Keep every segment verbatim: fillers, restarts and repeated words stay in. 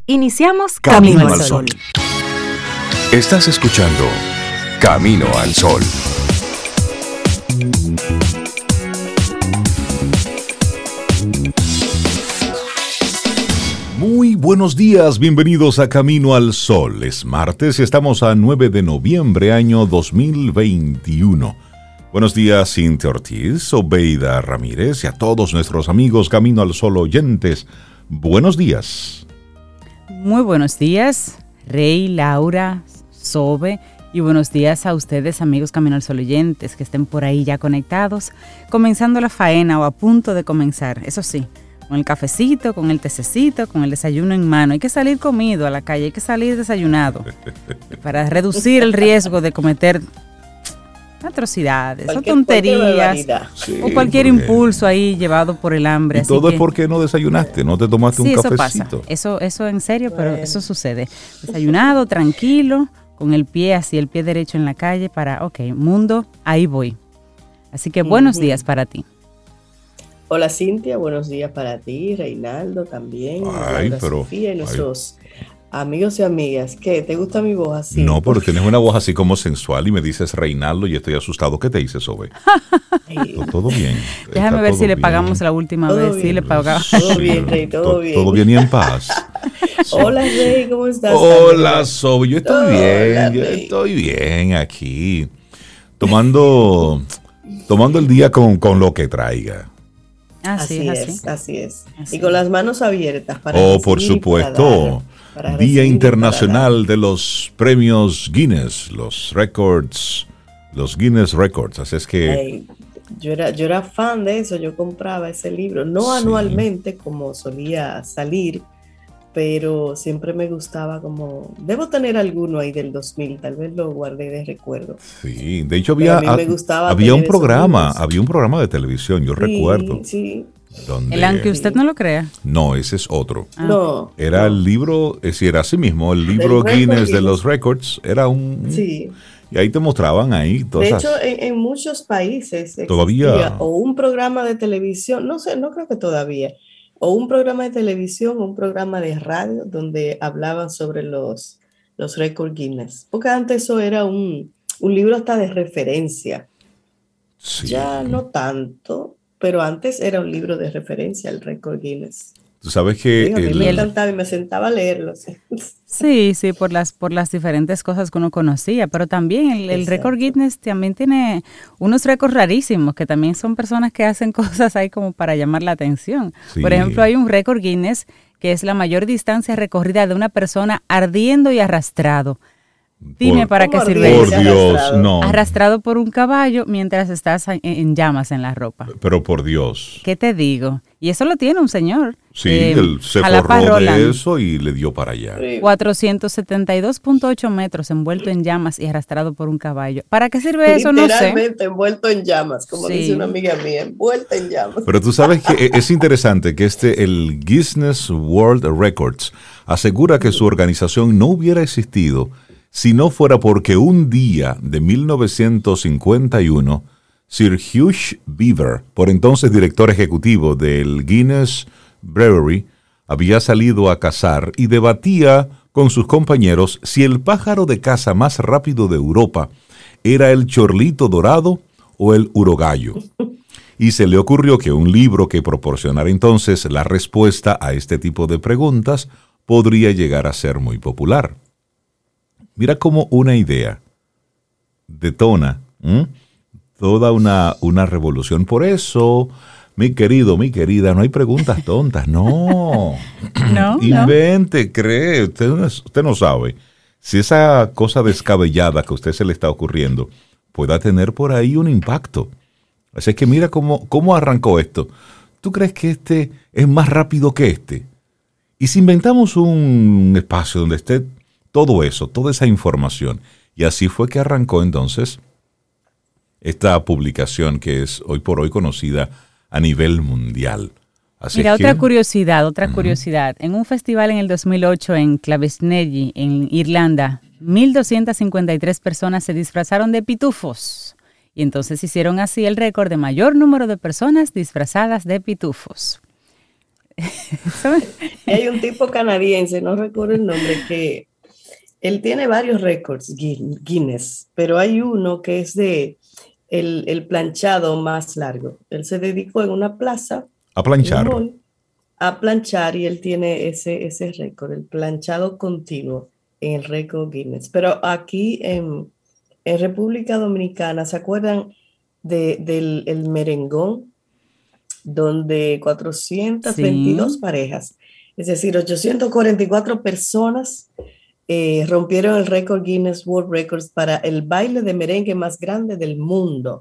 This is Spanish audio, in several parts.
Iniciamos Camino, Camino al Sol. Sol. Estás escuchando Camino al Sol. Muy buenos días, bienvenidos a Camino al Sol. Es martes y estamos a nueve de noviembre, año dos mil veintiuno. Buenos días, Cintia Ortiz, Obeida Ramírez y a todos nuestros amigos Camino al Sol oyentes. Buenos días. Muy buenos días, Rey, Laura, Sobe, y buenos días a ustedes, amigos Camino al Sol oyentes, que estén por ahí ya conectados, comenzando la faena o a punto de comenzar. Eso sí, con el cafecito, con el tececito, con el desayuno en mano. Hay que salir comido a la calle, hay que salir desayunado para reducir el riesgo de cometer atrocidades cualquier, o tonterías sí, o cualquier porque... impulso ahí llevado por el hambre. Y así todo que... es porque no desayunaste, no te tomaste sí, un eso cafecito. Pasa. Eso, eso en serio, bueno. Pero eso sucede. Desayunado, tranquilo, con el pie así, el pie derecho en la calle para, ok, mundo, ahí voy. Así que buenos uh-huh. días para ti. Hola Cintia, buenos días para ti, Reinaldo también, ay, pero, Sofía y nuestros ay. amigos y amigas. ¿Qué? ¿Te gusta mi voz así? No, pero tienes una voz así como sensual y me dices Reinaldo y estoy asustado. ¿Qué te dices, Sobe? todo, todo bien. Déjame ver si bien. le pagamos la última todo vez. Bien. Sí, le pagamos. Todo bien, Rey, todo, todo bien. Todo bien y en paz. Sí. Hola, Rey, ¿cómo estás? Hola, Sobe. Yo estoy Hola, bien, yo Rey. estoy bien aquí. Tomando, tomando el día con, con lo que traiga. Así, así es, es, así es. Así. Y con las manos abiertas para Oh, por supuesto. Para dar, para Día Internacional de los Premios Guinness, los Records, los Guinness Records. Así es que... Hey, yo, era, yo era fan de eso, yo compraba ese libro, no sí. anualmente como solía salir, pero siempre me gustaba como... Debo tener alguno ahí del dos mil, tal vez lo guardé de recuerdo. Sí, de hecho había, a mí me gustaba había un programa, había un programa de televisión, yo sí, recuerdo. Sí, donde... El aunque usted no lo crea. No, ese es otro. Ah. No. Era no. el libro, es decir, era así mismo, el libro Guinness Guinness de los Records, era un... Sí. Y ahí te mostraban ahí todas De esas... hecho, en, en muchos países todavía o un programa de televisión, no sé, no creo que todavía, o un programa de televisión o un programa de radio donde hablaban sobre los, los récords Guinness. Porque antes eso era un, un libro hasta de referencia. Sí. Ya no tanto, pero antes era un libro de referencia, el récord Guinness. Tú sabes que... Sí, a mí el... me encantaba y me sentaba a leerlo. Sí, sí, por las por las diferentes cosas que uno conocía, pero también el, el récord Guinness también tiene unos récords rarísimos, que también son personas que hacen cosas ahí como para llamar la atención. Sí. Por ejemplo, hay un récord Guinness que es la mayor distancia recorrida de una persona ardiendo y arrastrado. Dime por, para qué sirve por eso. Por Dios, arrastrado? no. Arrastrado por un caballo mientras estás en, en llamas en la ropa. Pero por Dios. ¿Qué te digo? Y eso lo tiene un señor. Sí, eh, él se Jalapa forró Roland. de eso y le dio para allá. Sí. cuatrocientos setenta y dos punto ocho metros envuelto en llamas y arrastrado por un caballo. ¿Para qué sirve eso? No sé. Literalmente envuelto en llamas, como Sí. dice una amiga mía, envuelta en llamas. Pero tú sabes que es interesante que este, el Guinness World Records, asegura que su organización no hubiera existido si no fuera porque un día de mil novecientos cincuenta y uno, Sir Hugh Beaver, por entonces director ejecutivo del Guinness Brewery, había salido a cazar y debatía con sus compañeros si el pájaro de caza más rápido de Europa era el chorlito dorado o el urogallo. Y se le ocurrió que un libro que proporcionara entonces la respuesta a este tipo de preguntas podría llegar a ser muy popular. Mira cómo una idea detona ¿eh? toda una, una revolución. Por eso, mi querido, mi querida, no hay preguntas tontas, no. No, Invente, no. cree, usted, usted no sabe si esa cosa descabellada que a usted se le está ocurriendo pueda tener por ahí un impacto. Así que mira cómo, cómo arrancó esto. ¿Tú crees que este es más rápido que este? Y si inventamos un espacio donde esté todo eso, toda esa información, y así fue que arrancó entonces esta publicación que es hoy por hoy conocida a nivel mundial. Así Mira, es que, otra curiosidad, otra uh-huh. curiosidad. En un festival en el dos mil ocho en Clavesnelly, en Irlanda, mil doscientas cincuenta y tres personas se disfrazaron de pitufos. Y entonces hicieron así el récord de mayor número de personas disfrazadas de pitufos. Y hay un tipo canadiense, no recuerdo el nombre, que él tiene varios récords Guinness, pero hay uno que es de el, el planchado más largo. Él se dedicó en una plaza a planchar. mall, a planchar y él tiene ese, ese récord, el planchado continuo en el récord Guinness. Pero aquí en, en República Dominicana, ¿se acuerdan de, del el merengón? Donde cuatrocientas veintidós sí. parejas, es decir, ochocientas cuarenta y cuatro personas eh, rompieron el récord Guinness World Records para el baile de merengue más grande del mundo.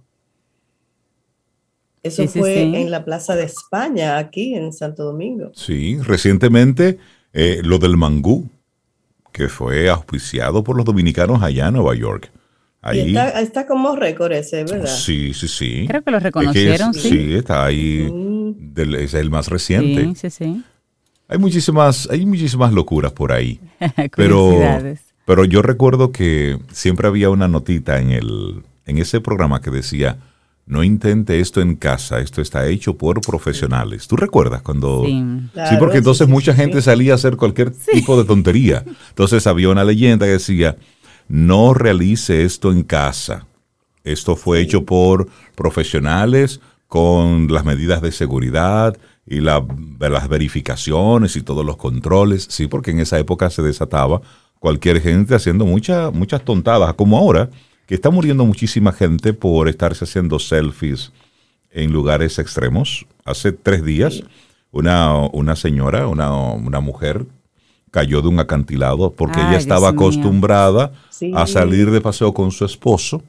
Eso sí, fue sí, sí. en la Plaza de España, aquí en Santo Domingo. Sí, recientemente eh, lo del mangú, que fue auspiciado por los dominicanos allá en Nueva York. Ahí. Y está, está como récord ese, ¿verdad? Sí, sí, sí. Creo que lo reconocieron, es, sí. Sí, está ahí, mm. del, es el más reciente. Sí, sí, sí. Hay muchísimas, hay muchísimas locuras por ahí. pero, pero yo recuerdo que siempre había una notita en, el, en ese programa que decía, no intente esto en casa, esto está hecho por profesionales. ¿Tú recuerdas cuando...? Sí, claro, sí porque entonces sí, mucha sí, gente sí. salía a hacer cualquier sí. tipo de tontería. Entonces había una leyenda que decía... No realice esto en casa. Esto fue sí. hecho por profesionales con las medidas de seguridad y la, las verificaciones y todos los controles. Sí, porque en esa época se desataba cualquier gente haciendo mucha, muchas tontadas, como ahora, que está muriendo muchísima gente por estarse haciendo selfies en lugares extremos. Hace tres días, sí. una, una señora, una, una mujer... cayó de un acantilado porque Ay, ella estaba Dios acostumbrada sí. a salir de paseo con su esposo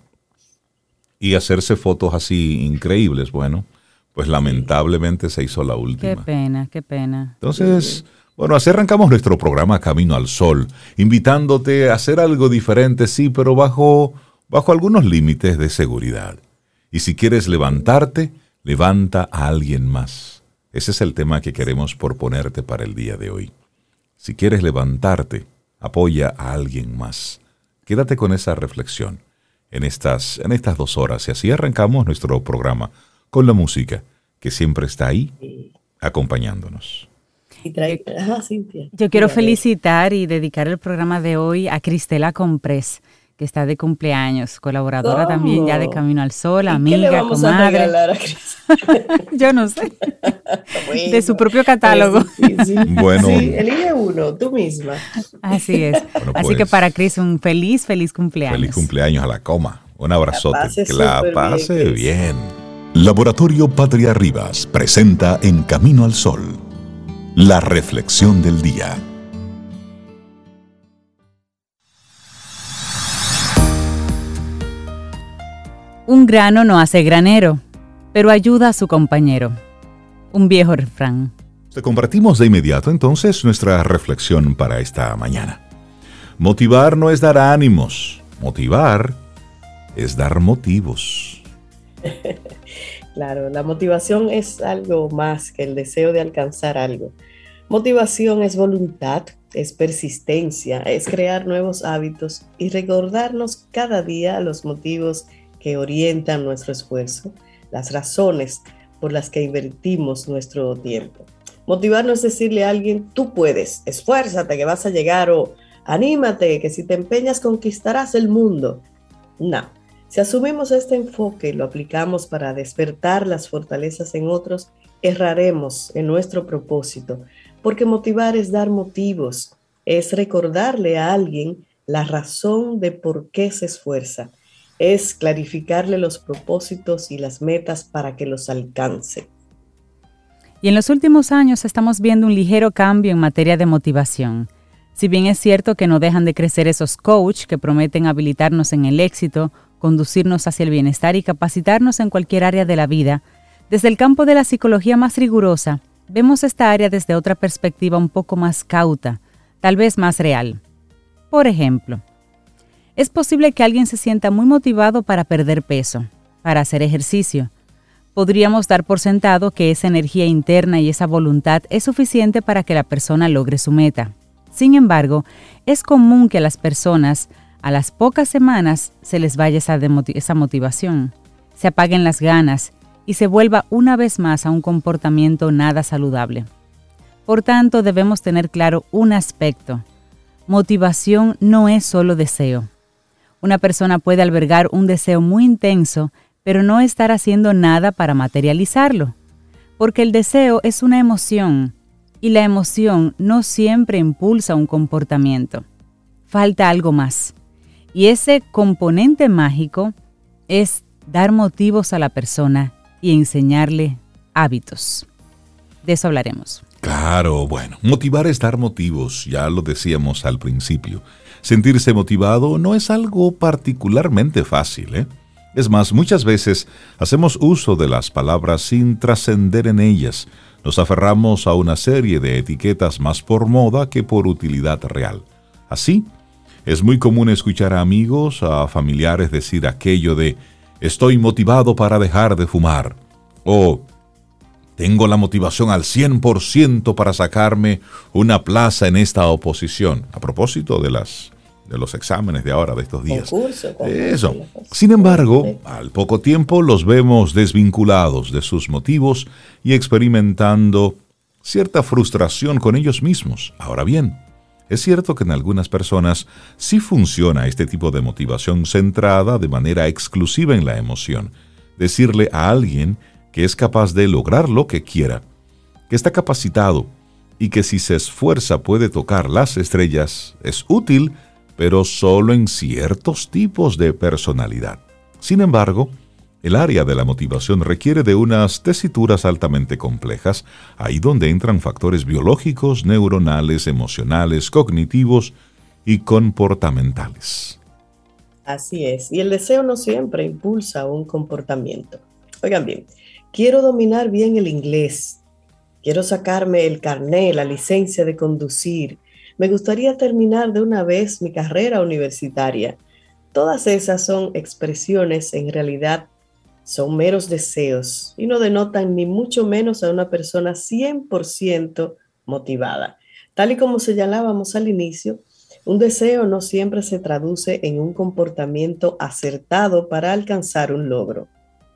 y hacerse fotos así increíbles. Bueno, pues lamentablemente se hizo la última. Qué pena, qué pena. Entonces, bueno, así arrancamos nuestro programa Camino al Sol, invitándote a hacer algo diferente, sí, pero bajo, bajo algunos límites de seguridad. Y si quieres levantarte, levanta a alguien más. Ese es el tema que queremos proponerte para el día de hoy. Si quieres levantarte, apoya a alguien más. Quédate con esa reflexión en estas, en estas dos horas. Y así arrancamos nuestro programa con la música que siempre está ahí acompañándonos. Y trae, ajá, Cintia. Yo quiero felicitar y dedicar el programa de hoy a Cristela Comprés, que está de cumpleaños, colaboradora ¿Cómo? También ya de Camino al Sol, amiga, ¿qué le vamos comadre. A regalar a Cristela? Yo no sé. Bueno, de su propio catálogo. Sí, sí. Bueno. Sí, elige uno, tú misma. Así es. Bueno, Así pues, que para Cris, un feliz, feliz cumpleaños. Feliz cumpleaños a la coma. Un abrazote. La que la pase bien, bien. Laboratorio Patria Rivas presenta En Camino al Sol, la reflexión del día. Un grano no hace granero, pero ayuda a su compañero. Un viejo refrán. Te compartimos de inmediato entonces nuestra reflexión para esta mañana. Motivar no es dar ánimos, motivar es dar motivos. Claro, la motivación es algo más que el deseo de alcanzar algo. Motivación es voluntad, es persistencia, es crear nuevos hábitos y recordarnos cada día los motivos que orientan nuestro esfuerzo, las razones por las que invertimos nuestro tiempo. Motivar no es decirle a alguien, tú puedes, esfuérzate que vas a llegar, o anímate que si te empeñas conquistarás el mundo. No, si asumimos este enfoque y lo aplicamos para despertar las fortalezas en otros, erraremos en nuestro propósito, porque motivar es dar motivos, es recordarle a alguien la razón de por qué se esfuerza, es clarificarle los propósitos y las metas para que los alcance. Y en los últimos años estamos viendo un ligero cambio en materia de motivación. Si bien es cierto que no dejan de crecer esos coach que prometen habilitarnos en el éxito, conducirnos hacia el bienestar y capacitarnos en cualquier área de la vida, desde el campo de la psicología más rigurosa, vemos esta área desde otra perspectiva un poco más cauta, tal vez más real. Por ejemplo, es posible que alguien se sienta muy motivado para perder peso, para hacer ejercicio. Podríamos dar por sentado que esa energía interna y esa voluntad es suficiente para que la persona logre su meta. Sin embargo, es común que a las personas, a las pocas semanas, se les vaya esa, demoti- esa motivación, se apaguen las ganas y se vuelva una vez más a un comportamiento nada saludable. Por tanto, debemos tener claro un aspecto. Motivación no es solo deseo. Una persona puede albergar un deseo muy intenso, pero no estar haciendo nada para materializarlo, porque el deseo es una emoción y la emoción no siempre impulsa un comportamiento. Falta algo más, y ese componente mágico es dar motivos a la persona y enseñarle hábitos. De eso hablaremos. Claro, bueno, motivar es dar motivos, ya lo decíamos al principio. Sentirse motivado no es algo particularmente fácil, ¿eh? Es más, muchas veces hacemos uso de las palabras sin trascender en ellas. Nos aferramos a una serie de etiquetas más por moda que por utilidad real. Así, es muy común escuchar a amigos, a familiares decir aquello de «estoy motivado para dejar de fumar» o «tengo la motivación al cien por ciento para sacarme una plaza en esta oposición», a propósito de las... de los exámenes de ahora, de estos días. Concurso, concurso, Eso. Sin embargo, al poco tiempo los vemos desvinculados de sus motivos y experimentando cierta frustración con ellos mismos. Ahora bien, es cierto que en algunas personas sí funciona este tipo de motivación centrada de manera exclusiva en la emoción. Decirle a alguien que es capaz de lograr lo que quiera, que está capacitado y que si se esfuerza puede tocar las estrellas, es útil, pero solo en ciertos tipos de personalidad. Sin embargo, el área de la motivación requiere de unas tesituras altamente complejas, ahí donde entran factores biológicos, neuronales, emocionales, cognitivos y comportamentales. Así es, y el deseo no siempre impulsa un comportamiento. Oigan bien, quiero dominar bien el inglés, quiero sacarme el carné, la licencia de conducir, me gustaría terminar de una vez mi carrera universitaria. Todas esas son expresiones, en realidad son meros deseos y no denotan ni mucho menos a una persona cien por ciento motivada. Tal y como señalábamos al inicio, un deseo no siempre se traduce en un comportamiento acertado para alcanzar un logro.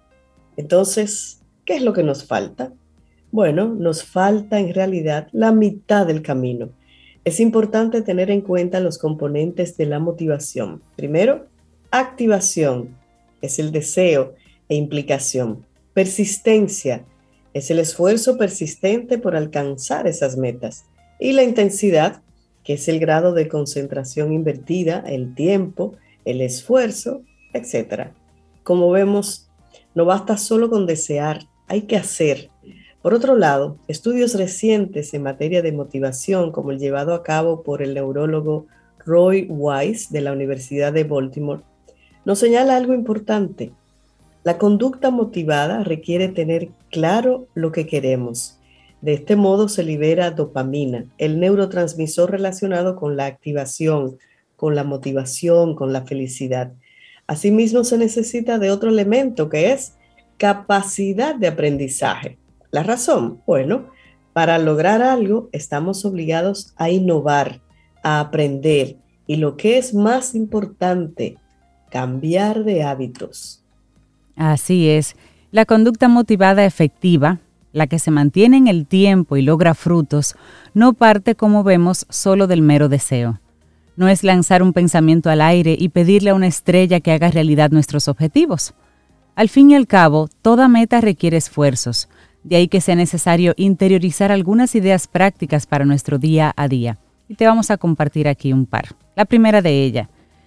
Entonces, ¿qué es lo que nos falta? Bueno, nos falta en realidad la mitad del camino. Es importante tener en cuenta los componentes de la motivación. Primero, activación, es el deseo e implicación. Persistencia, es el esfuerzo persistente por alcanzar esas metas. Y la intensidad, que es el grado de concentración invertida, el tiempo, el esfuerzo, etcétera. Como vemos, no basta solo con desear, hay que hacer. Por otro lado, estudios recientes en materia de motivación, como el llevado a cabo por el neurólogo Roy Weiss de la Universidad de Baltimore, nos señala algo importante. La conducta motivada requiere tener claro lo que queremos. De este modo se libera dopamina, el neurotransmisor relacionado con la activación, con la motivación, con la felicidad. Asimismo, se necesita de otro elemento que es capacidad de aprendizaje. ¿La razón? Bueno, para lograr algo estamos obligados a innovar, a aprender y lo que es más importante, cambiar de hábitos. Así es. La conducta motivada efectiva, la que se mantiene en el tiempo y logra frutos, no parte, como vemos, solo del mero deseo. No es lanzar un pensamiento al aire y pedirle a una estrella que haga realidad nuestros objetivos. Al fin y al cabo, toda meta requiere esfuerzos. De ahí que sea necesario interiorizar algunas ideas prácticas para nuestro día a día. Y te vamos a compartir aquí un par. La primera de ella,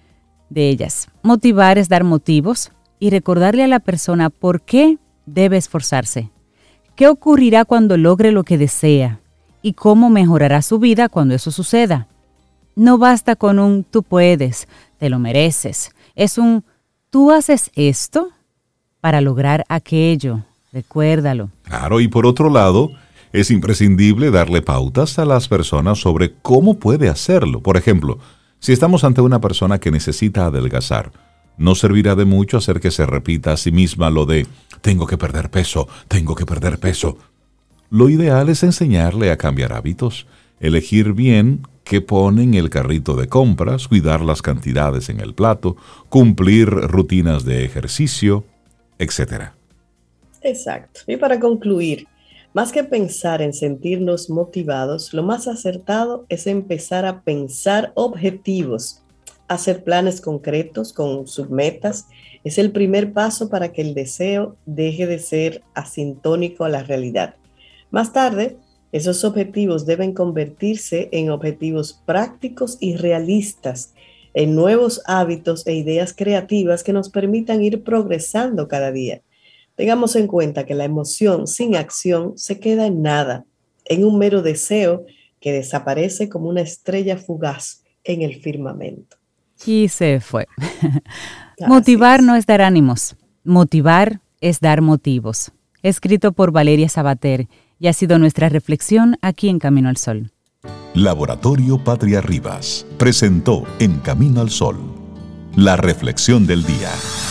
de ellas, motivar es dar motivos y recordarle a la persona por qué debe esforzarse. ¿Qué ocurrirá cuando logre lo que desea? ¿Y cómo mejorará su vida cuando eso suceda? No basta con un tú puedes, te lo mereces. Es un tú haces esto para lograr aquello. Recuérdalo. Claro, y por otro lado, es imprescindible darle pautas a las personas sobre cómo puede hacerlo. Por ejemplo, si estamos ante una persona que necesita adelgazar, no servirá de mucho hacer que se repita a sí misma lo de tengo que perder peso, tengo que perder peso. Lo ideal es enseñarle a cambiar hábitos, elegir bien qué pone en el carrito de compras, cuidar las cantidades en el plato, cumplir rutinas de ejercicio, etcétera. Exacto. Y para concluir, Más que pensar en sentirnos motivados, lo más acertado es empezar a pensar objetivos. Hacer planes concretos con submetas es el primer paso para que el deseo deje de ser asintónico a la realidad. Más tarde, esos objetivos deben convertirse en objetivos prácticos y realistas, en nuevos hábitos e ideas creativas que nos permitan ir progresando cada día. Tengamos en cuenta que la emoción sin acción se queda en nada, en un mero deseo que desaparece como una estrella fugaz en el firmamento. Y se fue. Motivar no es dar ánimos, motivar es dar motivos. Escrito por Valeria Sabater y ha sido nuestra reflexión aquí en Camino al Sol. Laboratorio Patria Rivas presentó En Camino al Sol, la reflexión del día.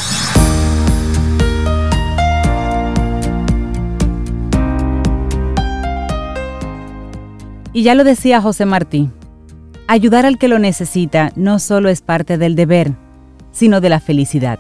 Y ya lo decía José Martí, ayudar al que lo necesita no solo es parte del deber, sino de la felicidad.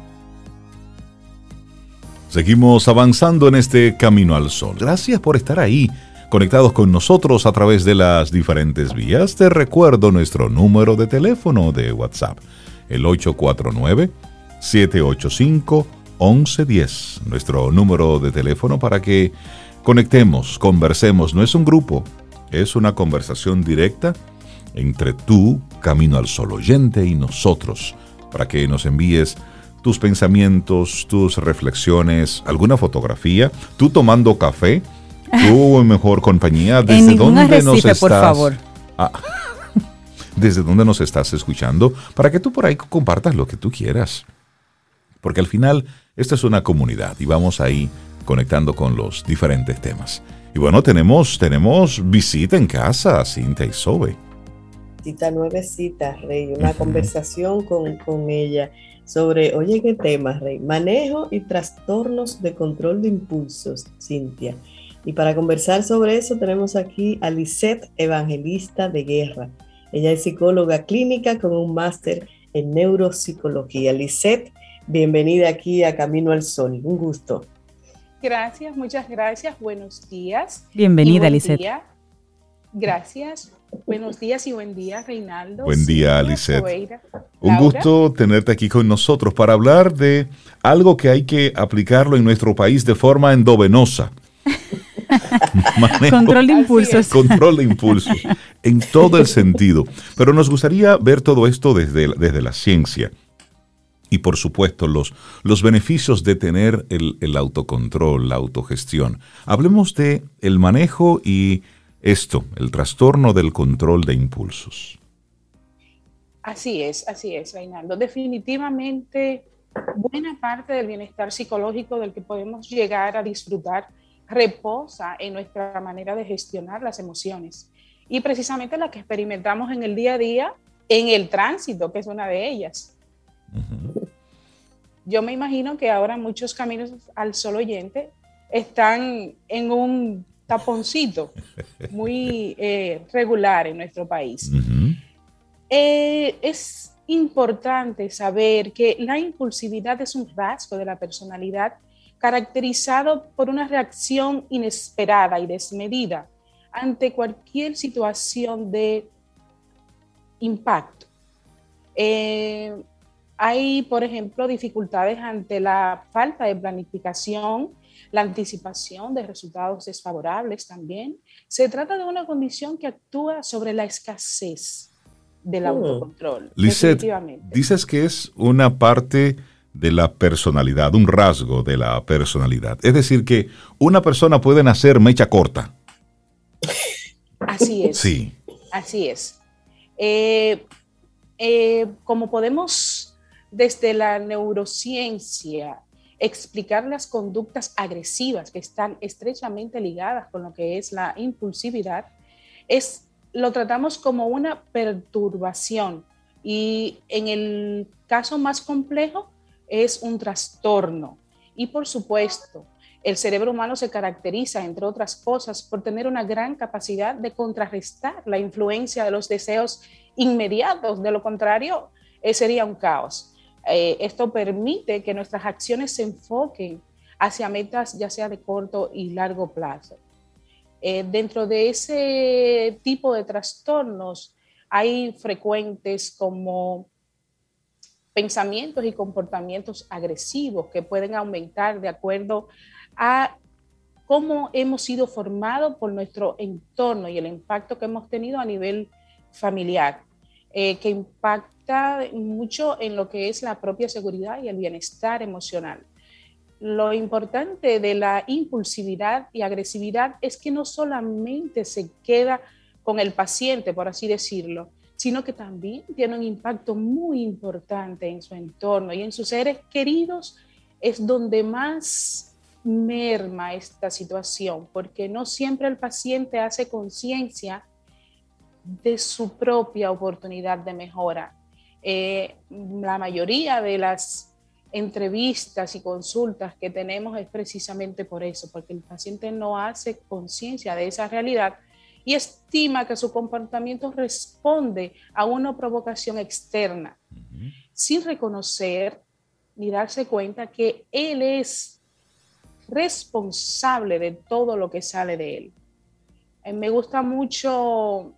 Seguimos avanzando en este Camino al Sol. Gracias por estar ahí, conectados con nosotros a través de las diferentes vías. Te recuerdo nuestro número de teléfono de WhatsApp, el ocho cuatro nueve, siete ocho cinco, once diez. Nuestro número de teléfono para que conectemos, conversemos. No es un grupo, es una conversación directa entre tú, Camino al Sol oyente, y nosotros, para que nos envíes tus pensamientos, tus reflexiones, alguna fotografía, tú tomando café, tú en mejor compañía. ¿Desde en ningún dónde arrecife, nos estás? por favor. Ah, ¿desde dónde nos estás escuchando? Para que tú por ahí compartas lo que tú quieras. Porque al final, esta es una comunidad y vamos ahí conectando con los diferentes temas. Y bueno, tenemos, tenemos visita en casa, Cintia y Sobe. Cita nuevecita, Rey, una uh-huh. conversación con, con ella sobre, oye, ¿qué tema, Rey? Manejo y trastornos de control de impulsos, Cintia. Y para conversar sobre eso tenemos aquí a Lisette Evangelista de Guerra. Ella es psicóloga clínica con un máster en neuropsicología. Lisette, bienvenida aquí a Camino al Sol, un gusto. Gracias, muchas gracias, buenos días. Bienvenida, Lisette. Día. Gracias. Buenos días y buen día, Reinaldo. Buen día, Lisette. Un gusto tenerte aquí con nosotros para hablar de algo que hay que aplicarlo en nuestro país de forma endovenosa. Manejo, control de impulsos. Control de impulsos, en todo el sentido. Pero nos gustaría ver todo esto desde, desde la ciencia. Y por supuesto, los, los beneficios de tener el, el autocontrol, la autogestión. Hablemos de el manejo y esto, el trastorno del control de impulsos. Así es, así es, Reinaldo. Definitivamente, buena parte del bienestar psicológico del que podemos llegar a disfrutar reposa en nuestra manera de gestionar las emociones. Y precisamente la que experimentamos en el día a día, en el tránsito, que es una de ellas. Uh-huh. Yo me imagino que ahora muchos Caminos al Sol oyente están en un taponcito muy eh, regular en nuestro país. Uh-huh. Eh, es importante saber que la impulsividad es un rasgo de la personalidad caracterizado por una reacción inesperada y desmedida ante cualquier situación de impacto. Eh, hay, por ejemplo, dificultades ante la falta de planificación, la anticipación de resultados desfavorables también. Se trata de una condición que actúa sobre la escasez del autocontrol. Lisette, dices que es una parte de la personalidad, un rasgo de la personalidad. Es decir, que una persona puede nacer mecha corta. Así es. Sí. Así es. Eh, eh, como podemos, desde la neurociencia, explicar las conductas agresivas que están estrechamente ligadas con lo que es la impulsividad, es, lo tratamos como una perturbación y en el caso más complejo es un trastorno. Y por supuesto, el cerebro humano se caracteriza, entre otras cosas, por tener una gran capacidad de contrarrestar la influencia de los deseos inmediatos. De lo contrario, eh, sería un caos. Eh, esto permite que nuestras acciones se enfoquen hacia metas ya sea de corto y largo plazo. Eh, dentro de ese tipo de trastornos hay frecuentes como pensamientos y comportamientos agresivos que pueden aumentar de acuerdo a cómo hemos sido formados por nuestro entorno y el impacto que hemos tenido a nivel familiar, eh, que impacta mucho en lo que es la propia seguridad y el bienestar emocional. Lo importante de la impulsividad y agresividad es que no solamente se queda con el paciente, por así decirlo, sino que también tiene un impacto muy importante en su entorno y en sus seres queridos. Es donde más merma esta situación, porque no siempre el paciente hace conciencia de su propia oportunidad de mejora. Eh, la mayoría de las entrevistas y consultas que tenemos es precisamente por eso, porque el paciente no hace conciencia de esa realidad y estima que su comportamiento responde a una provocación externa, uh-huh, sin reconocer ni darse cuenta que él es responsable de todo lo que sale de él. Eh, me gusta mucho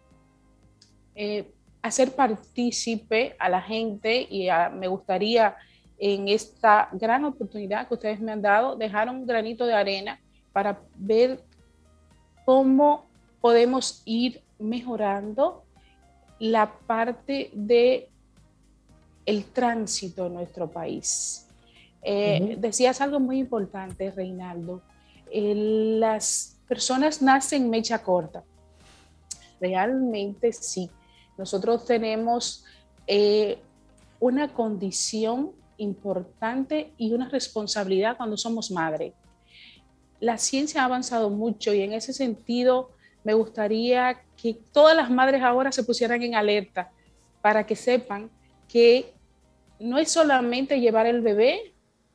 eh, hacer partícipe a la gente y a, me gustaría en esta gran oportunidad que ustedes me han dado dejar un granito de arena para ver cómo podemos ir mejorando la parte de el tránsito en nuestro país. Eh, uh-huh. Decías algo muy importante, Reinaldo. Eh, las personas nacen mecha corta. Realmente sí. Nosotros tenemos eh, una condición importante y una responsabilidad cuando somos madre. La ciencia ha avanzado mucho y en ese sentido me gustaría que todas las madres ahora se pusieran en alerta para que sepan que no es solamente llevar el bebé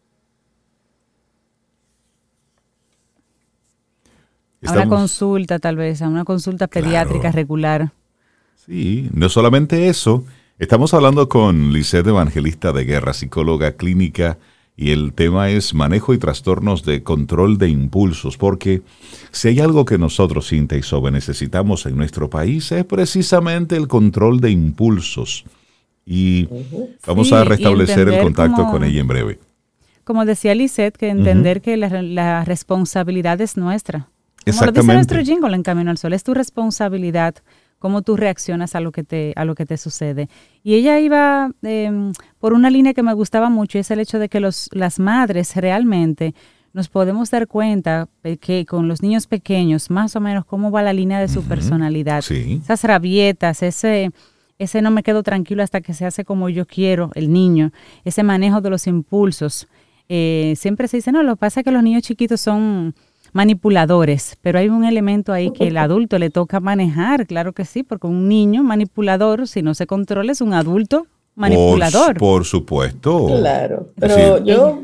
a una consulta, tal vez, a una consulta pediátrica, claro, regular. Sí, no solamente eso. Estamos hablando con Lisette Evangelista de Guerra, psicóloga clínica, y el tema es manejo y trastornos de control de impulsos, porque si hay algo que nosotros, Cinta y Sobe, necesitamos en nuestro país es precisamente el control de impulsos. Y uh-huh. vamos sí, a restablecer el contacto como, con ella en breve. Como decía Lisette, que entender uh-huh. que la, la responsabilidad es nuestra. Como lo dice nuestro jingle en Camino al Sol, es tu responsabilidad cómo tú reaccionas a lo que te, a lo que te sucede. Y ella iba eh, por una línea que me gustaba mucho, y es el hecho de que los, las madres realmente nos podemos dar cuenta que con los niños pequeños, más o menos cómo va la línea de su uh-huh. personalidad. Sí. Esas rabietas, ese, ese no me quedo tranquilo hasta que se hace como yo quiero, el niño, ese manejo de los impulsos. Eh, siempre se dice, no, lo que pasa es que los niños chiquitos son manipuladores, pero hay un elemento ahí que el adulto le toca manejar, claro que sí, porque un niño manipulador, si no se controla, es un adulto manipulador. Por, por supuesto. Claro, pero sí. yo,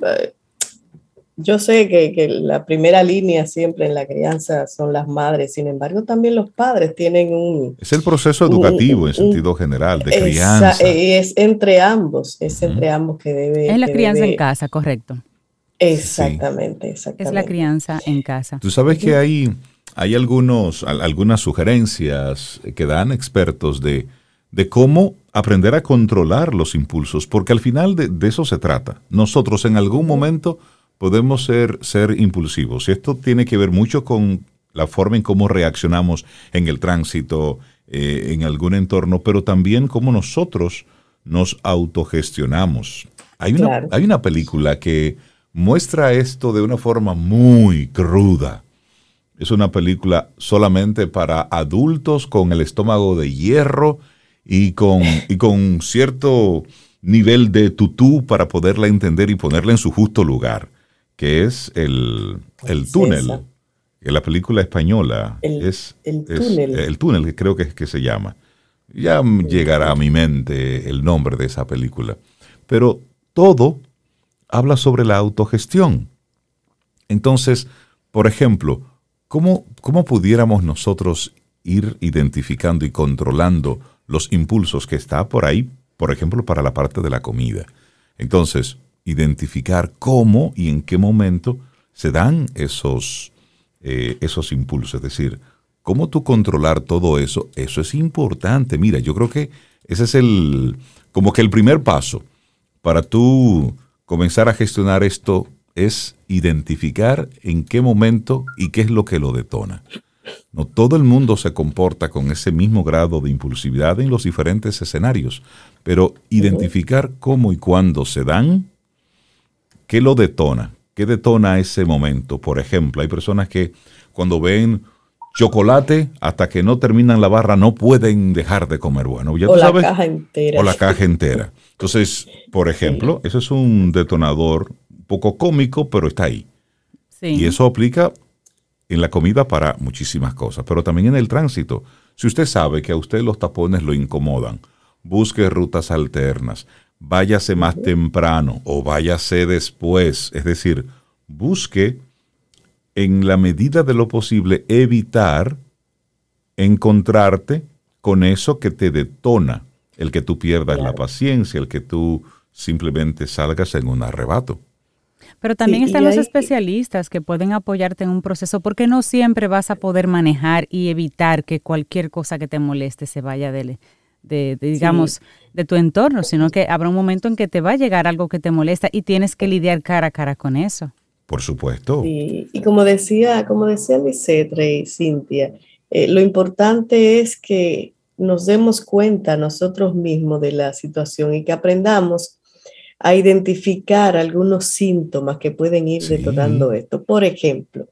yo sé que, que la primera línea siempre en la crianza son las madres, sin embargo también los padres tienen un... Es el proceso educativo un, en sentido un, general, de crianza. Esa, es entre ambos, es uh-huh. entre ambos que debe... Es la que crianza debe, en casa, correcto. Exactamente, exactamente. Es la crianza en casa. Tú sabes que hay, hay algunos, algunas sugerencias que dan expertos de, de cómo aprender a controlar los impulsos, porque al final de, de eso se trata. Nosotros en algún momento podemos ser, ser impulsivos, y esto tiene que ver mucho con la forma en cómo reaccionamos en el tránsito, eh, en algún entorno, pero también cómo nosotros nos autogestionamos. Hay una, claro. hay una película que muestra esto de una forma muy cruda. Es una película solamente para adultos con el estómago de hierro y con, y con cierto nivel de tutú para poderla entender y ponerla en su justo lugar, que es el, el túnel. En la película española el, es, el es túnel. El túnel, que creo que es que se llama. Ya sí. llegará a mi mente el nombre de esa película. Pero todo habla sobre la autogestión. Entonces, por ejemplo, ¿cómo, cómo pudiéramos nosotros ir identificando y controlando los impulsos que está por ahí, por ejemplo, para la parte de la comida? Entonces, identificar cómo y en qué momento se dan esos, eh, esos impulsos. Es decir, cómo tú controlar todo eso, eso es importante. Mira, yo creo que ese es el, como que el primer paso para tú comenzar a gestionar esto es identificar en qué momento y qué es lo que lo detona. No todo el mundo se comporta con ese mismo grado de impulsividad en los diferentes escenarios, pero identificar cómo y cuándo se dan, qué lo detona, qué detona ese momento. Por ejemplo, hay personas que cuando ven chocolate, hasta que no terminan la barra, no pueden dejar de comer. Bueno, ya o tú la sabes, caja entera. O la caja entera. Entonces, por ejemplo, sí. Eso es un detonador un poco cómico, pero está ahí. Sí. Y eso aplica en la comida para muchísimas cosas, pero también en el tránsito. Si usted sabe que a usted los tapones lo incomodan, busque rutas alternas, váyase más uh-huh. temprano o váyase después. Es decir, busque en la medida de lo posible evitar encontrarte con eso que te detona, el que tú pierdas claro. la paciencia, el que tú simplemente salgas en un arrebato. Pero también sí, están los hay... especialistas que pueden apoyarte en un proceso, porque no siempre vas a poder manejar y evitar que cualquier cosa que te moleste se vaya de, de, de digamos, sí. de tu entorno, sino que habrá un momento en que te va a llegar algo que te molesta y tienes que lidiar cara a cara con eso. Por supuesto. Sí. Y como decía, como decía Lisette, Rey, Cintia, eh, lo importante es que nos demos cuenta nosotros mismos de la situación y que aprendamos a identificar algunos síntomas que pueden ir sí. detonando esto. Por ejemplo,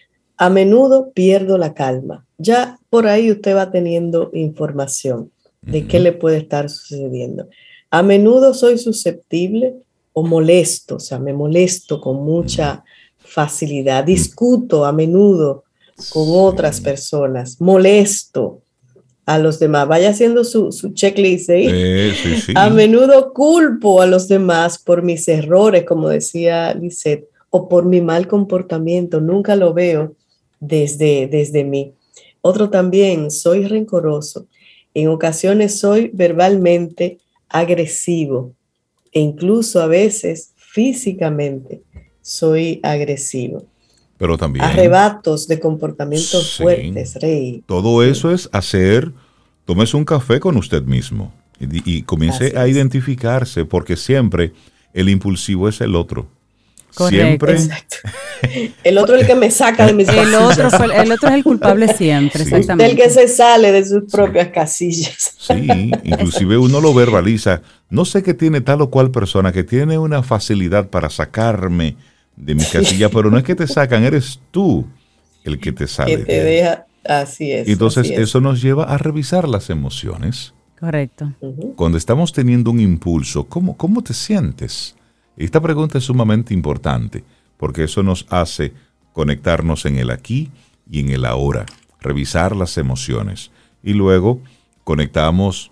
a menudo pierdo la calma. Ya por ahí usted va teniendo información de uh-huh. qué le puede estar sucediendo. A menudo soy susceptible o molesto, o sea, me molesto con mucha facilidad. Discuto a menudo con sí. otras personas, molesto a los demás. Vaya haciendo su, su checklist ahí. Eh, sí, sí. A menudo culpo a los demás por mis errores, como decía Lisette, o por mi mal comportamiento. Nunca lo veo desde, desde mí. Otro también, soy rencoroso. En ocasiones soy verbalmente agresivo e incluso a veces físicamente soy agresivo. Pero también arrebatos de comportamientos sí, fuertes, Rey. Todo sí. eso es hacer, tómese un café con usted mismo y, y comience Así a es. identificarse, porque siempre el impulsivo es el otro. Correcto. Siempre. Exacto. El otro es el que me saca de mis el casillas. otro, fue, el otro es el culpable siempre, sí. exactamente. Usted el que se sale de sus propias sí. casillas. Sí, inclusive uno lo verbaliza. No sé qué tiene tal o cual persona que tiene una facilidad para sacarme de mi casilla, pero no es que te sacan, eres tú el que te sale. Que te deja, así es. Entonces así es. eso nos lleva a revisar las emociones. Correcto. Uh-huh. Cuando estamos teniendo un impulso, ¿cómo, cómo te sientes? Esta pregunta es sumamente importante, porque eso nos hace conectarnos en el aquí y en el ahora, revisar las emociones. Y luego conectamos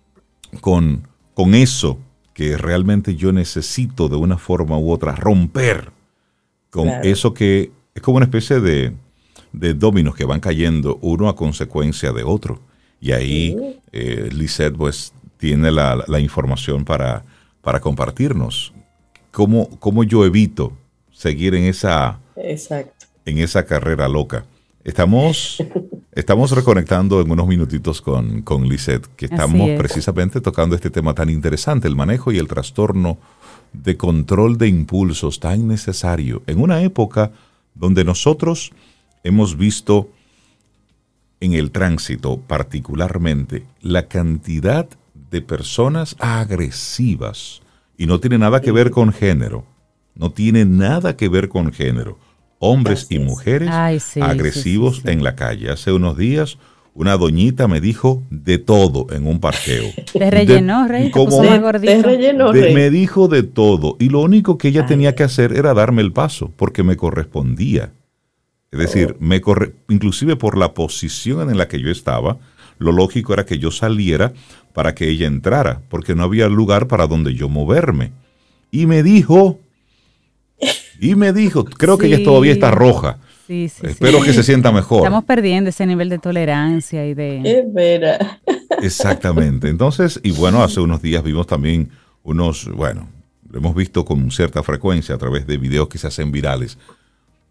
con, con eso que realmente yo necesito de una forma u otra, romper con claro. eso que es como una especie de, de dominos que van cayendo uno a consecuencia de otro. Y ahí uh-huh. eh, Lisette pues tiene la, la información para, para compartirnos. ¿Cómo, cómo yo evito seguir en esa, Exacto. en esa carrera loca? Estamos, estamos reconectando en unos minutitos con, con Lisette, que estamos precisamente tocando este tema tan interesante, el manejo y el trastorno de control de impulsos tan necesario en una época donde nosotros hemos visto en el tránsito particularmente la cantidad de personas agresivas. Y no tiene nada que ver con género. No tiene nada que ver con género. Hombres y mujeres Ay, sí, agresivos sí, sí, sí. en la calle. Hace unos días una doñita me dijo de todo en un parqueo. Te rellenó, Rey. Te puso más gordito. Te rellenó, de, Rey. Me dijo de todo. Y lo único que ella Ay. tenía que hacer era darme el paso, porque me correspondía. Es decir, oh. me corre, inclusive por la posición en la que yo estaba, lo lógico era que yo saliera para que ella entrara, porque no había lugar para donde yo moverme. Y me dijo, y me dijo, creo sí. que ella todavía está roja. Sí, sí, Espero sí. que se sienta mejor. Estamos perdiendo ese nivel de tolerancia y de... Es verdad. Exactamente. Entonces, y bueno, hace unos días vimos también unos, bueno, lo hemos visto con cierta frecuencia a través de videos que se hacen virales,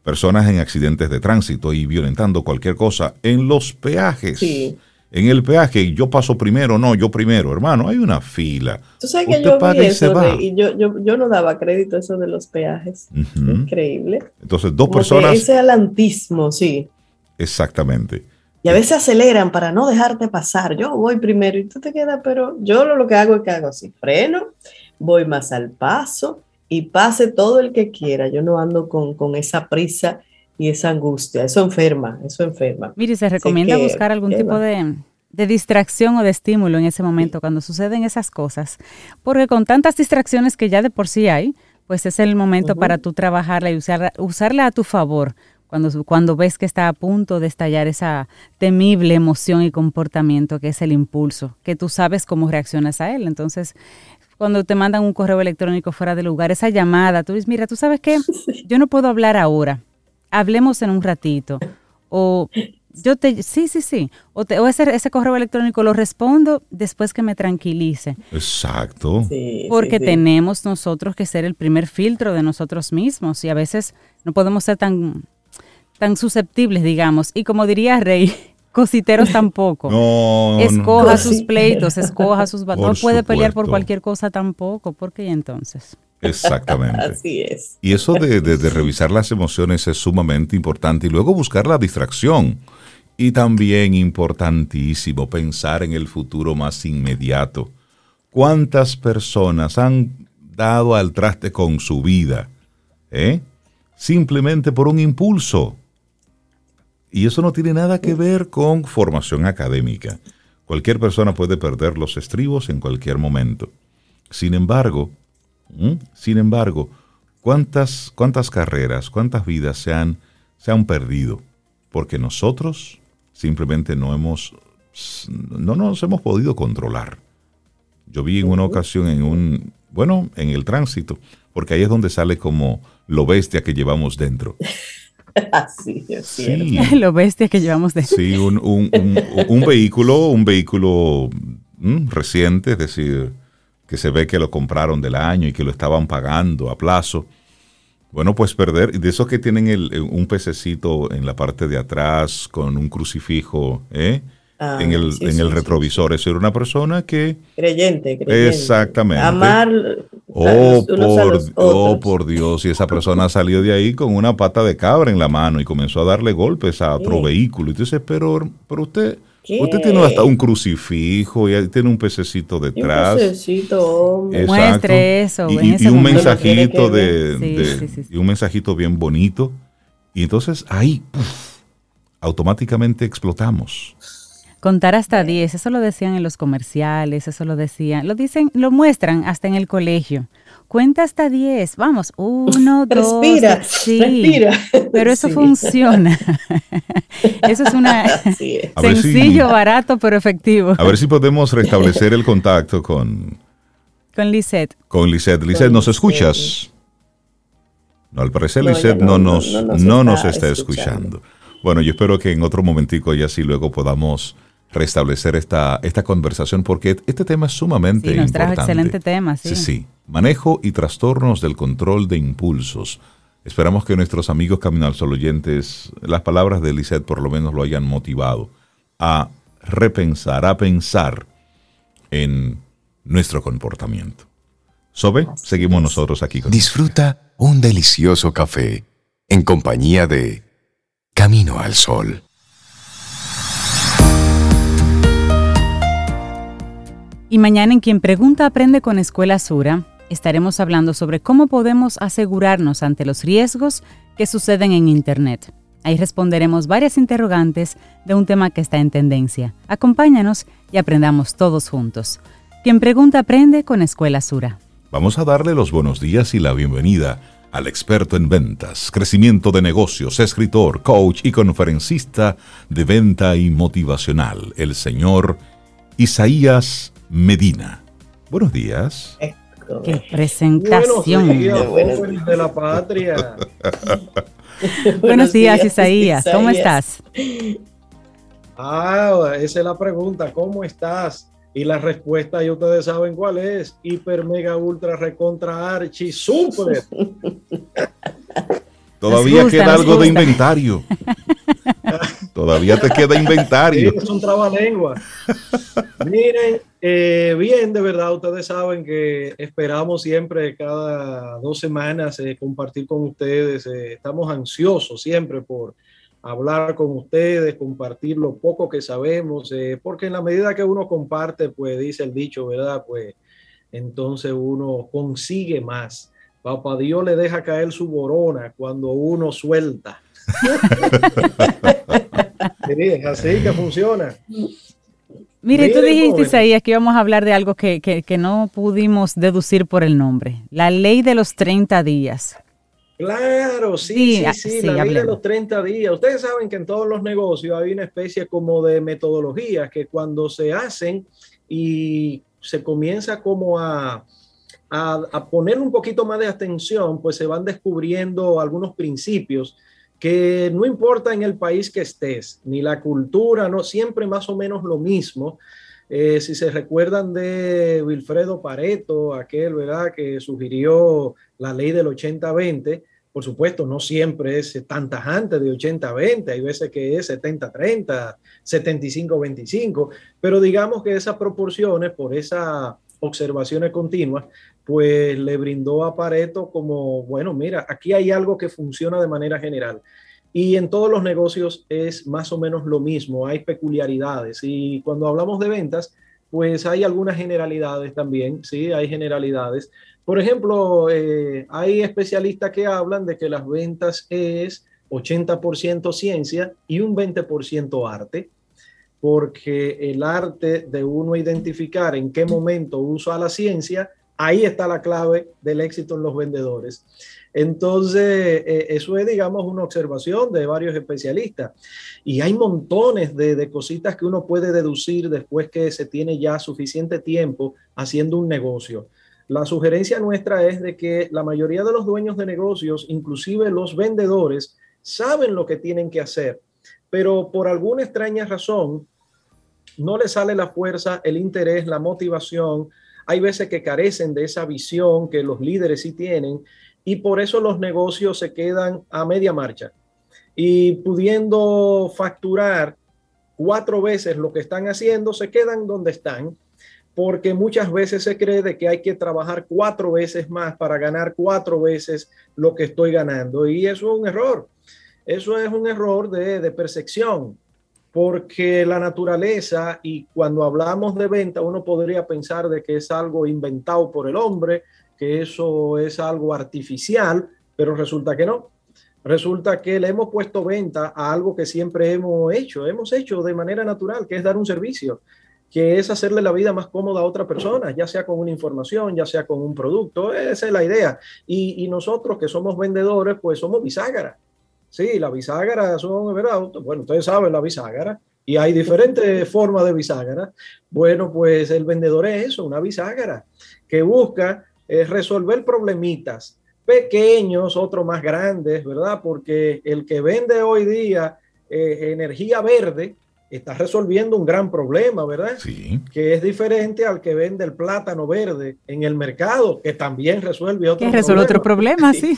personas en accidentes de tránsito y violentando cualquier cosa en los peajes. Sí. En el peaje, yo paso primero, no, yo primero, hermano, hay una fila. Tú sabes que Usted yo paga vi y se eso va. de- y yo, yo, yo no daba crédito a eso de los peajes. Ujú. Increíble. Entonces, dos Como que personas, ese adelantismo, sí. exactamente. Y a veces aceleran para no dejarte pasar. Yo voy primero y tú te quedas, pero yo lo, lo que hago es que hago así, freno, voy más al paso y pase todo el que quiera. Yo no ando con, con esa prisa y esa angustia. Eso enferma, eso enferma. Mire, se Así recomienda que, buscar algún ¿qué tipo va? de, de distracción o de estímulo en ese momento cuando suceden esas cosas, porque con tantas distracciones que ya de por sí hay, pues es el momento Ujú. para tú trabajarla y usarla, usarla a tu favor cuando, cuando ves que está a punto de estallar esa temible emoción y comportamiento que es el impulso, que tú sabes cómo reaccionas a él. Entonces, cuando te mandan un correo electrónico fuera de lugar, esa llamada, tú dices, mira, ¿tú sabes qué? Yo no puedo hablar ahora, hablemos en un ratito. O yo te, sí, sí, sí. O, te, o ese, ese correo electrónico lo respondo después que me tranquilice. Exacto. Sí, Porque sí, sí. tenemos nosotros que ser el primer filtro de nosotros mismos y a veces no podemos ser tan, tan susceptibles, digamos. Y como diría Rey, cositeros tampoco. No, Escoja no. sus pleitos, escoja sus batallas. Por No puede pelear por supuesto. cualquier cosa tampoco. ¿Por qué entonces? Exactamente. Así es. Y eso de, de- de revisar las emociones es sumamente importante y luego buscar la distracción. Y también importantísimo pensar en el futuro más inmediato. ¿Cuántas personas han dado al traste con su vida? ¿eh? Simplemente por un impulso. Y eso no tiene nada que ver con formación académica. Cualquier persona puede perder los estribos en cualquier momento. Sin embargo, ¿Mm? Sin embargo, ¿cuántas, cuántas carreras, cuántas vidas se han, se han perdido? Porque nosotros simplemente no hemos, no nos hemos podido controlar. Yo vi en una ocasión en un, bueno, en el tránsito, porque ahí es donde sale como lo bestia que llevamos dentro. Así es cierto. Sí, Lo bestia que llevamos de... sí, un, un, un, un vehículo, un vehículo mm, reciente, es decir, que se ve que lo compraron del año y que lo estaban pagando a plazo. Bueno, pues perder, de esos que tienen el, un pececito en la parte de atrás con un crucifijo ¿eh? Ah, en el, sí, en sí, el sí, retrovisor. Eso era una persona que, Creyente, creyente. Exactamente. Amar oh los unos a los por, oh otros. por Dios, y esa persona salió de ahí con una pata de cabra en la mano y comenzó a darle golpes a otro ¿Qué? vehículo. Y tú dices, pero, pero usted... ¿Qué? Usted tiene hasta un crucifijo y ahí tiene un pececito Y un detrás. pececito, hombre. Exacto. Muestre eso Y, en y- ese y un momento. mensajito Tiene que de, ver. de- Sí, sí, sí, sí. y un mensajito bien bonito. Y entonces ahí puf, automáticamente explotamos. Contar hasta diez, eso lo decían en los comerciales, eso lo decían, lo dicen, lo muestran hasta en el colegio. Cuenta hasta diez, vamos, uno, dos, Respira, tres, sí, respira. pero eso Sí. funciona. Eso es una Así es. A ver si- sencillo, barato, pero efectivo. A ver si podemos restablecer el contacto con, Con Lisette. con Lisette. Lisette, Con ¿nos Lisette. escuchas? No, al parecer No, Lisette ella no, no- nos, no- no, no nos nos está está escuchando. escuchando. Bueno, yo espero que en otro momentico ya sí luego podamos restablecer esta, esta conversación porque este tema es sumamente Sí, nos trajo importante. excelente tema, sí. Sí, sí. Manejo y trastornos del control de impulsos. Esperamos que nuestros amigos Camino al Sol oyentes, las palabras de Lisette por lo menos lo hayan motivado a repensar, a pensar en nuestro comportamiento. Sobe, seguimos nosotros aquí con Disfruta un delicioso café en compañía de Camino al Sol. Y mañana en Quien Pregunta Aprende con Escuela Sura, estaremos hablando sobre cómo podemos asegurarnos ante los riesgos que suceden en Internet. Ahí responderemos varias interrogantes de un tema que está en tendencia. Acompáñanos y aprendamos todos juntos. Quien Pregunta Aprende con Escuela Sura. Vamos a darle los buenos días y la bienvenida al experto en ventas, crecimiento de negocios, escritor, coach y conferencista de venta y motivacional, el señor Isaías Medina. Buenos días. ¡Qué presentación! Buenos días, Buenos jóvenes de la patria. Buenos días, Isaías. ¿Cómo estás? Ah, esa es la pregunta. ¿Cómo estás? Y la respuesta, ya ustedes saben cuál es. Hiper, mega, ultra, recontra, archi, super. Todavía queda algo de inventario. Todavía te queda inventario. Sí, es un trabalengua. Miren, eh, bien, de verdad, ustedes saben que esperamos siempre cada dos semanas eh, compartir con ustedes. Eh, estamos ansiosos siempre por hablar con ustedes, compartir lo poco que sabemos, eh, porque en la medida que uno comparte, pues dice el dicho, ¿verdad? Pues entonces uno consigue más. Papá Dios le deja caer su borona cuando uno suelta. Sí, así que funciona. Mire, Miren, tú dijiste, jóvenes. Isaías, que íbamos a hablar de algo que, que, que no pudimos deducir por el nombre. La ley de los treinta días. Claro, sí, Sí, sí, ah, sí, sí, la ley de hablemos. los treinta días. Ustedes saben que en todos los negocios hay una especie como de metodología que cuando se hacen y se comienza como a, a, a poner un poquito más de atención, pues se van descubriendo algunos principios que no importa en el país que estés, ni la cultura, no, siempre más o menos lo mismo. Eh, si se recuerdan de Wilfredo Pareto, aquel, ¿verdad?, que sugirió la ley del ochenta veinte, por supuesto, no siempre es tan tajante de ochenta veinte, hay veces que es setenta treinta, setenta y cinco veinticinco, pero digamos que esas proporciones, por esas observaciones continuas, pues le brindó a Pareto como, bueno, mira, aquí hay algo que funciona de manera general. Y en todos los negocios es más o menos lo mismo, hay peculiaridades. Y cuando hablamos de ventas, pues hay algunas generalidades también, ¿sí? Hay generalidades. Por ejemplo, eh, hay especialistas que hablan de que las ventas es ochenta por ciento ciencia y un veinte por ciento arte, porque el arte de uno identificar en qué momento usa la ciencia, ahí está la clave del éxito en los vendedores. Entonces, eh, eso es, digamos, una observación de varios especialistas. Y hay montones de, de cositas que uno puede deducir después que se tiene ya suficiente tiempo haciendo un negocio. La sugerencia nuestra es de que la mayoría de los dueños de negocios, inclusive los vendedores, saben lo que tienen que hacer, pero por alguna extraña razón no les sale la fuerza, el interés, la motivación. Hay veces que carecen de esa visión que los líderes sí tienen, y por eso los negocios se quedan a media marcha. Y pudiendo facturar cuatro veces lo que están haciendo, se quedan donde están, porque muchas veces se cree de que hay que trabajar cuatro veces más para ganar cuatro veces lo que estoy ganando. Y eso es un error. Eso es un error de, de percepción, porque la naturaleza, y cuando hablamos de venta, uno podría pensar de que es algo inventado por el hombre, que eso es algo artificial, pero resulta que no. Resulta que le hemos puesto venta a algo que siempre hemos hecho, hemos hecho de manera natural, que es dar un servicio, que es hacerle la vida más cómoda a otra persona, ya sea con una información, ya sea con un producto. Esa es la idea. Y, y nosotros que somos vendedores, pues somos bisagra. Sí, la bisagra son, ¿verdad? Bueno, ustedes saben la bisagra, y hay diferentes formas de bisagra. Bueno, pues el vendedor es eso, una bisagra que busca eh, resolver problemitas pequeños, otros más grandes, ¿verdad? Porque el que vende hoy día eh, energía verde está resolviendo un gran problema, ¿verdad? Sí. Que es diferente al que vende el plátano verde en el mercado, que también resuelve otro Que resuelve problema. otro problema, sí.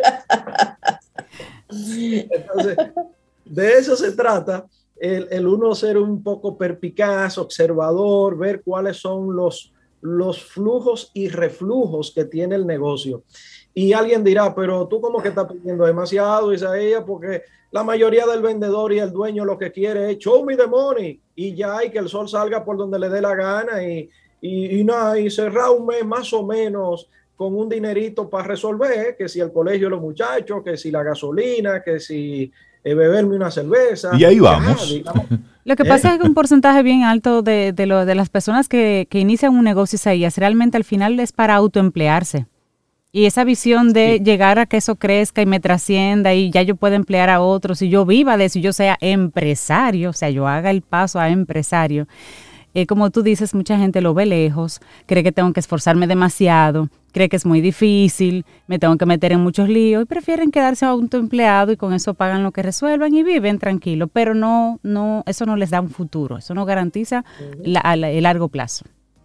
Entonces, de eso se trata, el, el uno ser un poco perspicaz, observador, ver cuáles son los, los flujos y reflujos que tiene el negocio. Y alguien dirá, pero tú como que estás pidiendo demasiado, Isaías, porque la mayoría del vendedor y el dueño lo que quiere es show me the money, y ya hay que el sol salga por donde le dé la gana, y, y, y, nada, y cerrar un mes más o menos con un dinerito para resolver, que si el colegio de los muchachos, que si la gasolina, que si eh, beberme una cerveza. Y ahí vamos. Ya, digamos, Lo que ¿eh? pasa es que un porcentaje bien alto de, de, lo, de las personas que, que inician un negocio, Isaías, realmente al final es para autoemplearse. Y esa visión de sí. llegar a que eso crezca y me trascienda y ya yo pueda emplear a otros y yo viva de eso y yo sea empresario, o sea, yo haga el paso a empresario. Eh, como tú dices, mucha gente lo ve lejos, cree que tengo que esforzarme demasiado, cree que es muy difícil, me tengo que meter en muchos líos y prefieren quedarse autoempleado y con eso pagan lo que resuelvan y viven tranquilo, pero no, no, eso no les da un futuro, eso no garantiza uh-huh. la, la, el largo plazo.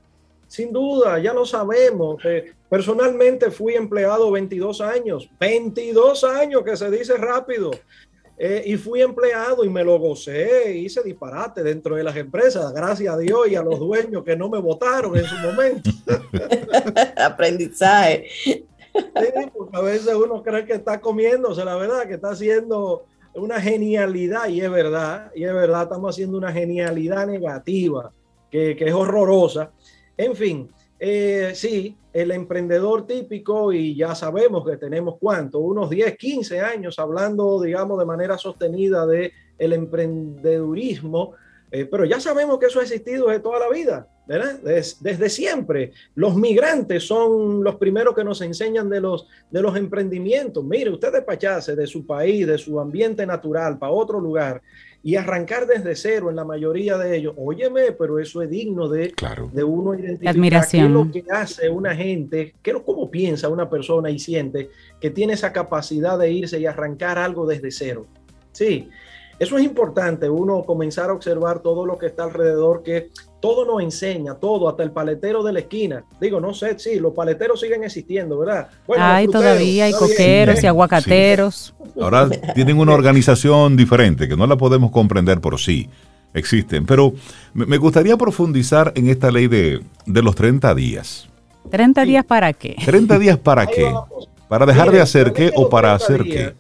sin duda, ya lo sabemos. Eh, personalmente fui empleado veintidós años, veintidós años que se dice rápido. Eh, y fui empleado y me lo gocé, hice disparate dentro de las empresas, gracias a Dios y a los dueños que no me votaron en su momento. Aprendizaje. Sí, porque a veces uno cree que está comiéndose, la verdad, que está haciendo una genialidad, y es verdad, y es verdad, estamos haciendo una genialidad negativa, que, que es horrorosa. En fin, eh, sí, el emprendedor típico, y ya sabemos que tenemos cuánto, unos diez, quince años hablando, digamos, de manera sostenida de el emprendedurismo, eh, pero ya sabemos que eso ha existido de toda la vida, ¿verdad? Des, desde siempre. Los migrantes son los primeros que nos enseñan de los, de los emprendimientos. Mire, usted despacharse de su país, de su ambiente natural para otro lugar y arrancar desde cero en la mayoría de ellos. Óyeme, pero eso es digno de, claro. de uno identificar admiración. Qué es lo que hace una gente, qué es lo, cómo piensa una persona y siente que tiene esa capacidad de irse y arrancar algo desde cero. Sí. Eso es importante, uno comenzar a observar todo lo que está alrededor, que todo nos enseña, todo, hasta el paletero de la esquina. Digo, no sé, sí, los paleteros siguen existiendo, ¿verdad? Bueno, hay todavía, hay coqueros sí, y aguacateros. Sí. Ahora tienen una organización diferente, que no la podemos comprender por sí, existen. Pero me gustaría profundizar en esta ley de, de los treinta días. ¿treinta días para qué? ¿treinta días para qué? ¿Para dejar Mire, de hacer qué o para hacer días, qué?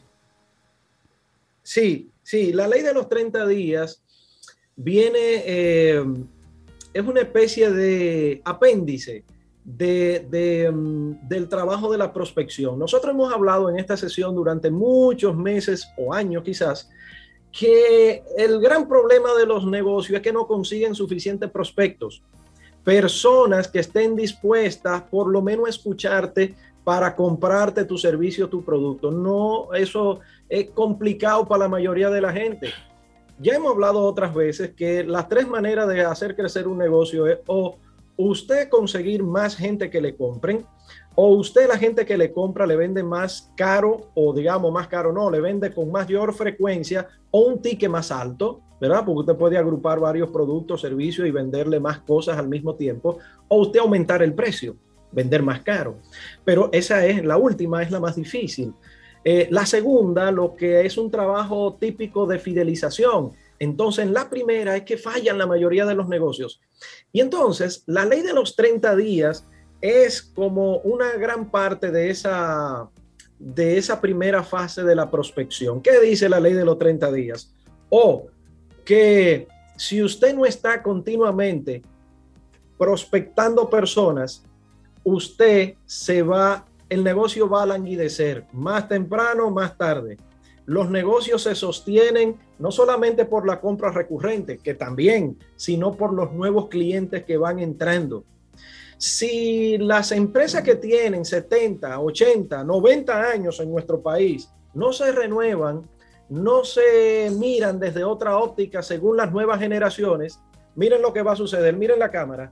Sí. Sí, la ley de los treinta días viene, eh, es una especie de apéndice de, de, um, del trabajo de la prospección. Nosotros hemos hablado en esta sesión durante muchos meses o años quizás, que el gran problema de los negocios es que no consiguen suficientes prospectos, personas que estén dispuestas por lo menos a escucharte para comprarte tu servicio, tu producto. No, eso es complicado para la mayoría de la gente. Ya hemos hablado otras veces que las tres maneras de hacer crecer un negocio es o usted conseguir más gente que le compren, o usted la gente que le compra le vende más caro, o digamos más caro no, le vende con mayor frecuencia o un ticket más alto, ¿verdad? Porque usted puede agrupar varios productos, servicios y venderle más cosas al mismo tiempo, o usted aumentar el precio, vender más caro. Pero esa es la última, es la más difícil. Eh, la segunda, lo que es un trabajo típico de fidelización. Entonces, en la primera es que fallan la mayoría de los negocios. Y entonces, la ley de los treinta días es como una gran parte de esa, de esa primera fase de la prospección. ¿Qué dice la ley de los treinta días? O que si usted no está continuamente prospectando personas, usted se va, el negocio va a languidecer, más temprano, más tarde. Los negocios se sostienen no solamente por la compra recurrente, que también, sino por los nuevos clientes que van entrando. Si las empresas que tienen setenta, ochenta, noventa años en nuestro país no se renuevan, no se miran desde otra óptica según las nuevas generaciones, miren lo que va a suceder, miren la cámara.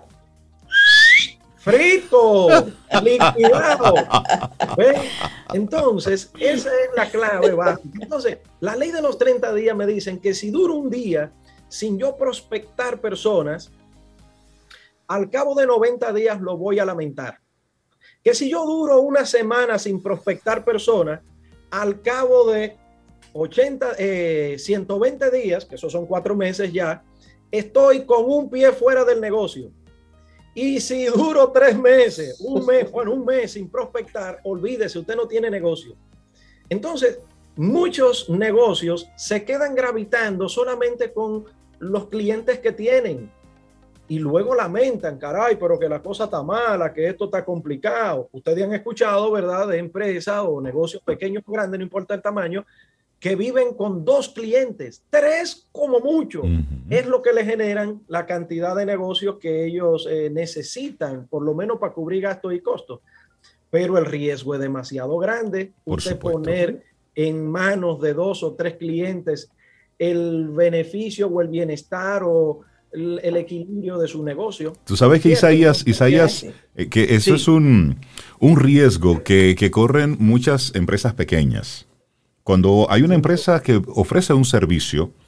¡Frito! ¡Liquidado! ¿Ven? Entonces, esa es la clave básica. Entonces, la ley de los treinta días me dicen que si duro un día sin yo prospectar personas, al cabo de noventa días lo voy a lamentar. Que si yo duro una semana sin prospectar personas, al cabo de ochenta, eh, ciento veinte días, que esos son cuatro meses ya, estoy con un pie fuera del negocio. Y si duro tres meses, un mes, bueno, un mes sin prospectar, olvídese, usted no tiene negocio. Entonces, muchos negocios se quedan gravitando solamente con los clientes que tienen y luego lamentan, caray, pero que la cosa está mala, que esto está complicado. Ustedes han escuchado, ¿verdad?, de empresas o negocios pequeños o grandes, no importa el tamaño, que viven con dos clientes, tres como mucho, uh-huh. Es lo que le generan la cantidad de negocios que ellos eh, necesitan, por lo menos para cubrir gastos y costos. Pero el riesgo es demasiado grande. Por Usted supuesto. Poner en manos de dos o tres clientes el beneficio o el bienestar o el, el equilibrio de su negocio. Tú sabes que Isaías, Isaías eh, que eso sí. es un, un riesgo que, que corren muchas empresas pequeñas. Cuando hay una empresa que ofrece un servicio,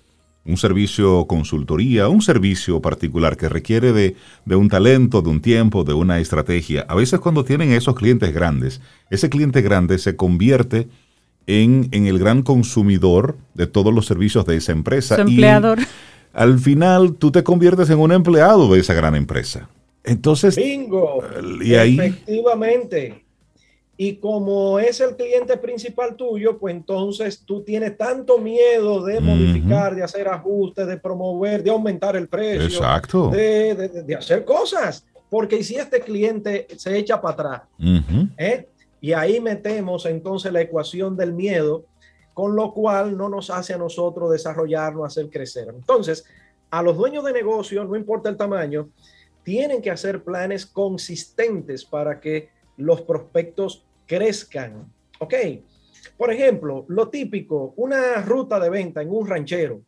un servicio consultoría, un servicio particular que requiere de, de un talento, de un tiempo, de una estrategia. A veces cuando tienen esos clientes grandes, ese cliente grande se convierte en, en el gran consumidor de todos los servicios de esa empresa. Su empleador. Y al final tú te conviertes en un empleado de esa gran empresa. Entonces, bingo, y ahí, efectivamente. Y como es el cliente principal tuyo, pues entonces tú tienes tanto miedo de modificar, uh-huh. de hacer ajustes, de promover, de aumentar el precio, exacto. De, de, de hacer cosas. Porque si este cliente se echa para atrás, uh-huh. ¿eh? Y ahí metemos entonces la ecuación del miedo, con lo cual no nos hace a nosotros desarrollarnos, hacer crecer. Entonces, a los dueños de negocio, no importa el tamaño, tienen que hacer planes consistentes para que los prospectos crezcan. Ok, por ejemplo, lo típico, una ruta de venta en un ranchero,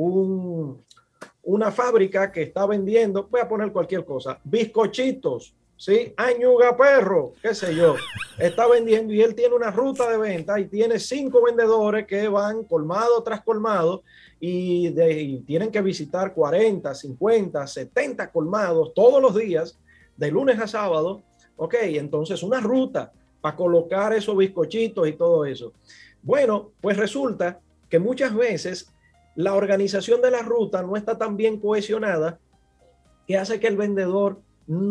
un, una fábrica que está vendiendo, voy a poner cualquier cosa, bizcochitos, ¿sí? Añuga perro, qué sé yo, está vendiendo y él tiene una ruta de venta y tiene cinco vendedores que van colmado tras colmado y, de, y tienen que visitar cuarenta, cincuenta, setenta colmados todos los días, de lunes a sábado. Ok, entonces una ruta para colocar esos bizcochitos y todo eso. Bueno, pues resulta que muchas veces la organización de la ruta no está tan bien cohesionada que hace que el vendedor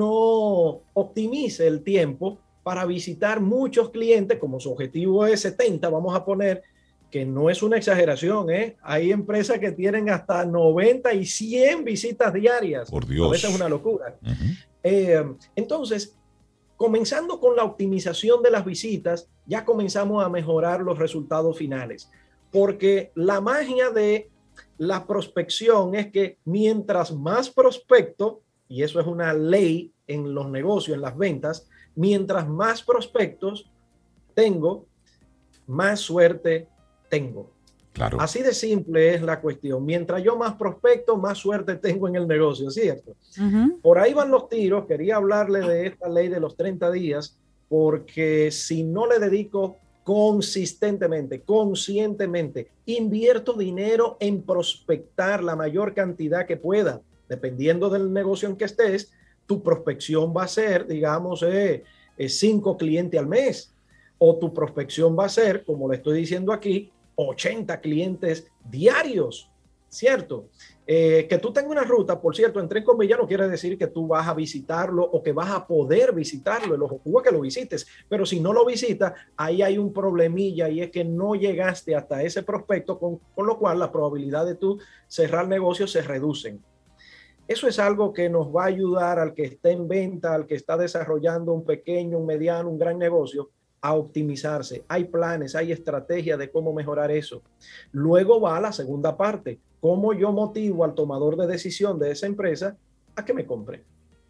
no optimice el tiempo para visitar muchos clientes, como su objetivo es setenta, vamos a poner, que no es una exageración, ¿eh? Hay empresas que tienen hasta noventa y cien visitas diarias. Por Dios. A veces es una locura. Uh-huh. Eh, entonces, comenzando con la optimización de las visitas, ya comenzamos a mejorar los resultados finales, porque la magia de la prospección es que mientras más prospecto, y eso es una ley en los negocios, en las ventas, mientras más prospectos tengo, más suerte tengo. Claro. Así de simple es la cuestión. Mientras yo más prospecto, más suerte tengo en el negocio, ¿cierto? Uh-huh. Por ahí van los tiros. Quería hablarle de esta ley de los treinta días, porque si no le dedico consistentemente, conscientemente, invierto dinero en prospectar la mayor cantidad que pueda, dependiendo del negocio en que estés, tu prospección va a ser, digamos, eh, eh, cinco clientes al mes, o tu prospección va a ser, como le estoy diciendo aquí, ochenta clientes diarios, ¿cierto? Eh, que tú tengas una ruta, por cierto, en Tren con Villa no quiere decir que tú vas a visitarlo o que vas a poder visitarlo, el objetivo es que lo visites, pero si no lo visitas, ahí hay un problemilla y es que no llegaste hasta ese prospecto, con, con lo cual la probabilidad de tú cerrar negocios se reducen. Eso es algo que nos va a ayudar al que esté en venta, al que está desarrollando un pequeño, un mediano, un gran negocio, a optimizarse. Hay planes, hay estrategias de cómo mejorar eso. Luego va la segunda parte, cómo yo motivo al tomador de decisión de esa empresa a que me compre.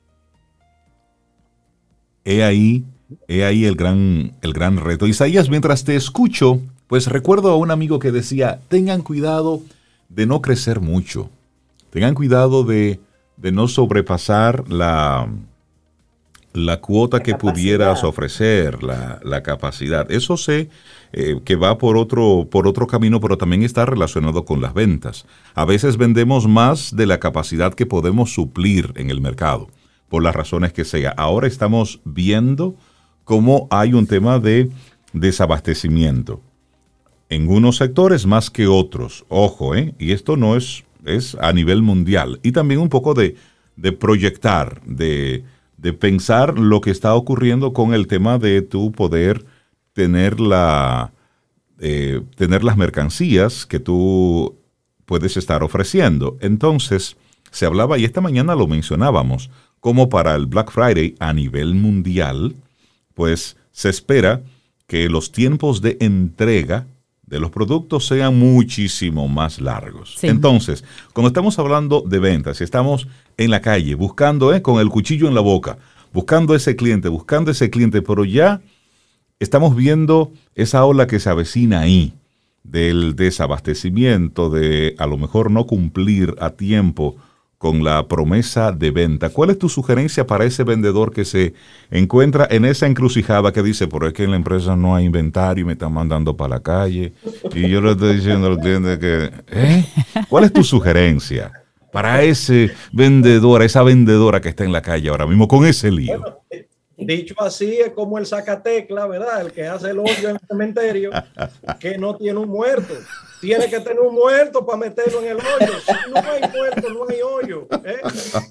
He ahí, he ahí el gran, el gran reto. Isaías, mientras te escucho, pues recuerdo a un amigo que decía, tengan cuidado de no crecer mucho. Tengan cuidado de, de no sobrepasar la... la cuota la que capacidad. Pudieras ofrecer, la, la capacidad. Eso sé eh, que va por otro, por otro camino, pero también está relacionado con las ventas. A veces vendemos más de la capacidad que podemos suplir en el mercado, por las razones que sea. Ahora estamos viendo cómo hay un tema de desabastecimiento. En unos sectores más que otros. Ojo, ¿eh? Y esto no es, es a nivel mundial. Y también un poco de, de proyectar, de... de pensar lo que está ocurriendo con el tema de tu poder tener, la, eh, tener las mercancías que tú puedes estar ofreciendo. Entonces, se hablaba, y esta mañana lo mencionábamos, como para el Black Friday a nivel mundial, pues se espera que los tiempos de entrega de los productos sean muchísimo más largos. Sí. Entonces, cuando estamos hablando de ventas, estamos en la calle buscando, eh, con el cuchillo en la boca, buscando ese cliente, buscando ese cliente, pero ya estamos viendo esa ola que se avecina ahí, del desabastecimiento, de a lo mejor no cumplir a tiempo con la promesa de venta. ¿Cuál es tu sugerencia para ese vendedor que se encuentra en esa encrucijada que dice, por es que en la empresa no hay inventario y me están mandando para la calle? Y yo le estoy diciendo al cliente que, ¿eh? ¿Cuál es tu sugerencia para ese vendedor, esa vendedora que está en la calle ahora mismo con ese lío? Bueno, dicho así, es como el sacatecla, ¿verdad? El que hace el hoyo en el cementerio, que no tiene un muerto. Tiene que tener un muerto para meterlo en el hoyo. Si no hay muerto, no hay hoyo. ¿eh?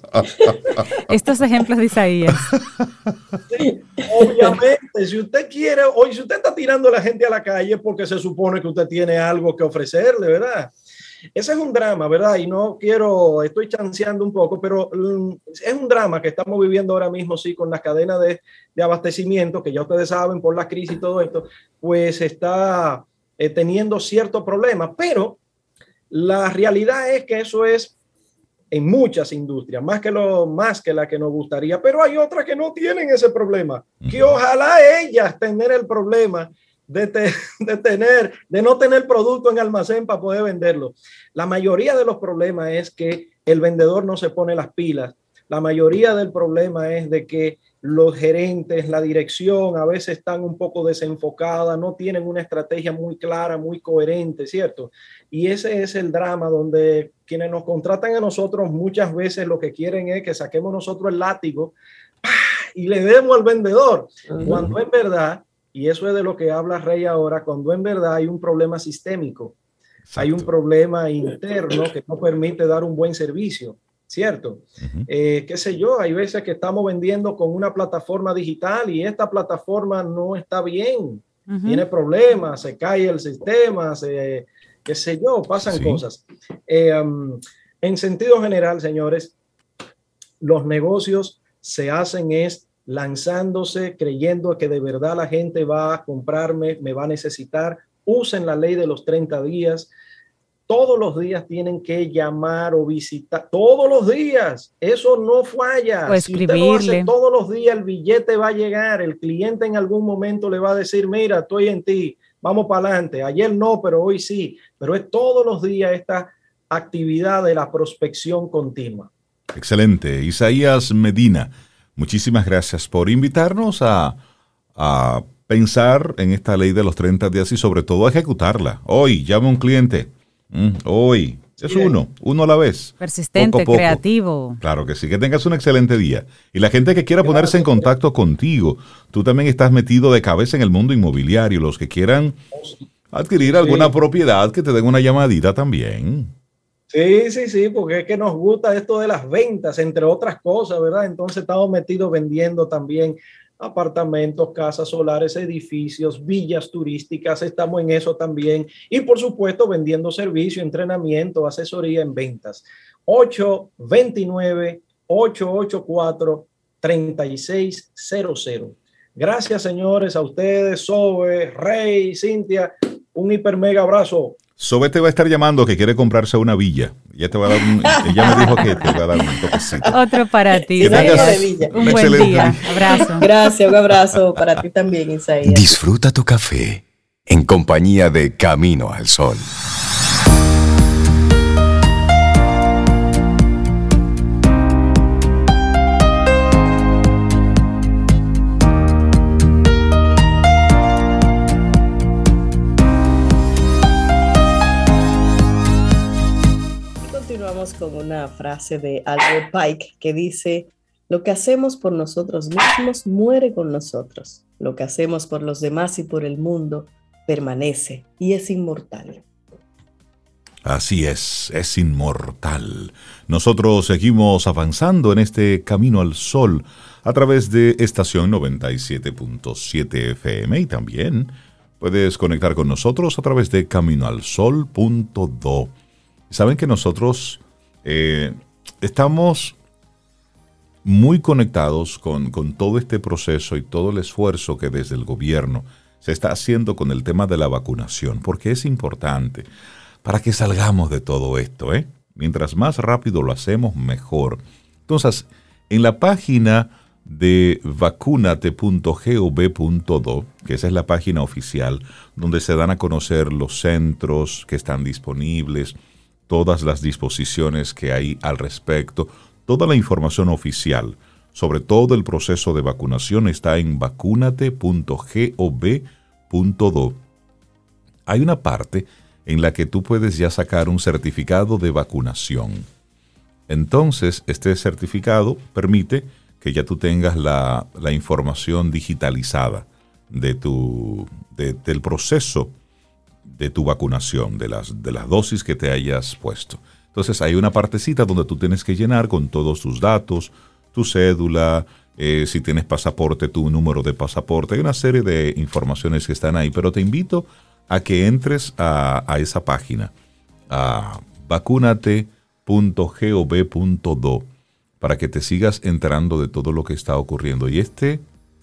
Estos ejemplos de Isaías. Sí, obviamente, si usted quiere, oye, si usted está tirando a la gente a la calle es porque se supone que usted tiene algo que ofrecerle, ¿verdad? Ese es un drama, ¿verdad? Y no quiero, estoy chanceando un poco, pero um, es un drama que estamos viviendo ahora mismo, sí, con las cadenas de, de abastecimiento, que ya ustedes saben, por la crisis y todo esto, pues está eh, teniendo ciertos problemas, pero la realidad es que eso es en muchas industrias, más que, lo, más que la que nos gustaría, pero hay otras que no tienen ese problema, que ojalá ellas tengan el problema De, te, de tener, de no tener producto en almacén para poder venderlo. La mayoría de los problemas es que el vendedor no se pone las pilas. La mayoría del problema es de que los gerentes, la dirección a veces están un poco desenfocadas, no tienen una estrategia muy clara, muy coherente, ¿cierto? Y ese es el drama donde quienes nos contratan a nosotros muchas veces lo que quieren es que saquemos nosotros el látigo y le demos al vendedor, uh-huh. cuando en verdad, y eso es de lo que habla Rey ahora, cuando en verdad hay un problema sistémico, exacto. Hay un problema interno que no permite dar un buen servicio, ¿cierto? Uh-huh. Eh, qué sé yo, hay veces que estamos vendiendo con una plataforma digital y esta plataforma no está bien, uh-huh. tiene problemas, se cae el sistema, se, qué sé yo, pasan sí. cosas. Eh, um, en sentido general, señores, los negocios se hacen es lanzándose, creyendo que de verdad la gente va a comprarme, me va a necesitar. Usen la ley de los treinta días. Todos los días tienen que llamar o visitar. Todos los días. Eso no falla. O si usted lo hace todos los días, el billete va a llegar. El cliente en algún momento le va a decir, mira, estoy en ti, vamos para adelante. Ayer no, pero hoy sí. Pero es todos los días esta actividad de la prospección continua. Excelente. Isaías Medina, muchísimas gracias por invitarnos a, a pensar en esta ley de los treinta días y sobre todo a ejecutarla. Hoy, llama a un cliente. Mm, hoy. Es sí, uno, uno a la vez. Persistente, poco a poco. Creativo. Claro que sí, que tengas un excelente día. Y la gente que quiera claro, ponerse en contacto contigo, tú también estás metido de cabeza en el mundo inmobiliario. Los que quieran adquirir sí. alguna propiedad, que te den una llamadita también. Sí, sí, sí, porque es que nos gusta esto de las ventas, entre otras cosas, ¿verdad? Entonces estamos metidos vendiendo también apartamentos, casas solares, edificios, villas turísticas, estamos en eso también. Y por supuesto vendiendo servicio, entrenamiento, asesoría en ventas. ocho dos nueve, ocho ocho cuatro, tres seis cero cero. Gracias, señores, a ustedes, Sobe, Rey, Cintia, un hiper mega abrazo. Sobe te va a estar llamando que quiere comprarse una villa. Ella te va a dar un, ella me dijo que te va a dar un toquecito. Otro para ti. Que tengas un un buen día. Abrazo. Gracias, un abrazo para ti también, Isaías. Disfruta tu café en compañía de Camino al Sol. Con una frase de Albert Pike que dice: lo que hacemos por nosotros mismos muere con nosotros, lo que hacemos por los demás y por el mundo permanece y es inmortal. Así es, es inmortal. Nosotros seguimos avanzando en este Camino al Sol a través de estación noventa y siete punto siete F M y también puedes conectar con nosotros a través de camino al sol punto do. Saben que nosotros Eh, estamos muy conectados con, con todo este proceso y todo el esfuerzo que desde el gobierno se está haciendo con el tema de la vacunación, porque es importante para que salgamos de todo esto, ¿eh? Mientras más rápido lo hacemos, mejor. Entonces, en la página de vacunate punto gov punto do, que esa es la página oficial donde se dan a conocer los centros que están disponibles, todas las disposiciones que hay al respecto, toda la información oficial sobre todo el proceso de vacunación está en vacunate punto gov punto do. Hay una parte en la que tú puedes ya sacar un certificado de vacunación. Entonces, este certificado permite que ya tú tengas la, la información digitalizada de tu, de, del proceso de tu vacunación, de las, de las dosis que te hayas puesto. Entonces, hay una partecita donde tú tienes que llenar con todos tus datos, tu cédula, eh, si tienes pasaporte, tu número de pasaporte. Hay una serie de informaciones que están ahí, pero te invito a que entres a, a esa página, a vacunate punto gov punto do, para que te sigas enterando de todo lo que está ocurriendo. Y este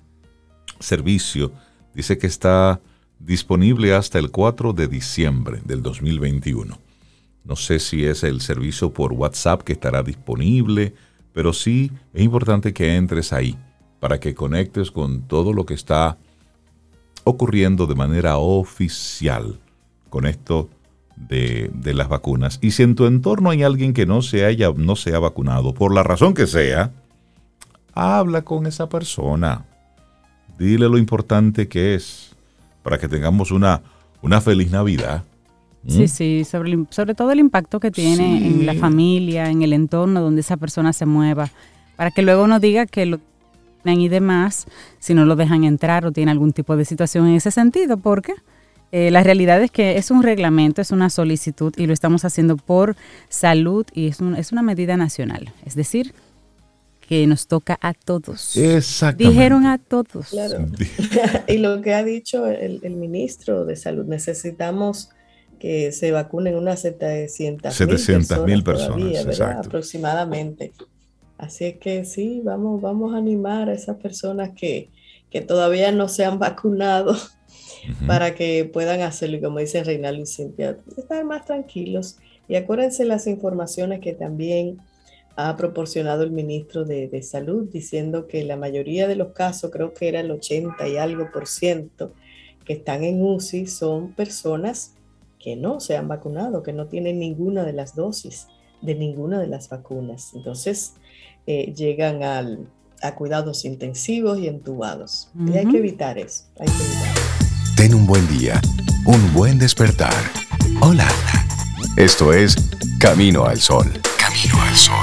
servicio dice que está disponible hasta el cuatro de diciembre del dos mil veintiuno. No sé si es el servicio por WhatsApp que estará disponible, pero sí es importante que entres ahí para que conectes con todo lo que está ocurriendo de manera oficial con esto de, de las vacunas. Y si en tu entorno hay alguien que no se haya, no se ha vacunado, por la razón que sea, habla con esa persona. Dile lo importante que es para que tengamos una, una feliz Navidad. Sí, sí, sobre, sobre todo el impacto que tiene sí. en la familia, en el entorno donde esa persona se mueva, para que luego no diga que lo tienen y demás, si no lo dejan entrar o tiene algún tipo de situación en ese sentido, porque eh, la realidad es que es un reglamento, es una solicitud y lo estamos haciendo por salud y es, un, es una medida nacional, es decir, que nos toca a todos. Exactamente. Dijeron a todos. Claro. Y lo que ha dicho el, el ministro de Salud, necesitamos que se vacunen unas setecientas mil personas, todavía, ¿verdad? Aproximadamente. Así es que sí, vamos, vamos a animar a esas personas que, que todavía no se han vacunado uh-huh. para que puedan hacerlo. Y como dice Reinaldo y Cintia, estar más tranquilos. Y acuérdense las informaciones que también ha proporcionado el ministro de, de Salud, diciendo que la mayoría de los casos, creo que era el ochenta y algo por ciento, que están en U C I son personas que no se han vacunado, que no tienen ninguna de las dosis de ninguna de las vacunas. Entonces, eh, llegan al, a cuidados intensivos y entubados. Uh-huh. Y hay que evitar eso. Hay que evitar eso. Ten un buen día, un buen despertar. Hola. Esto es Camino al Sol. Camino al Sol.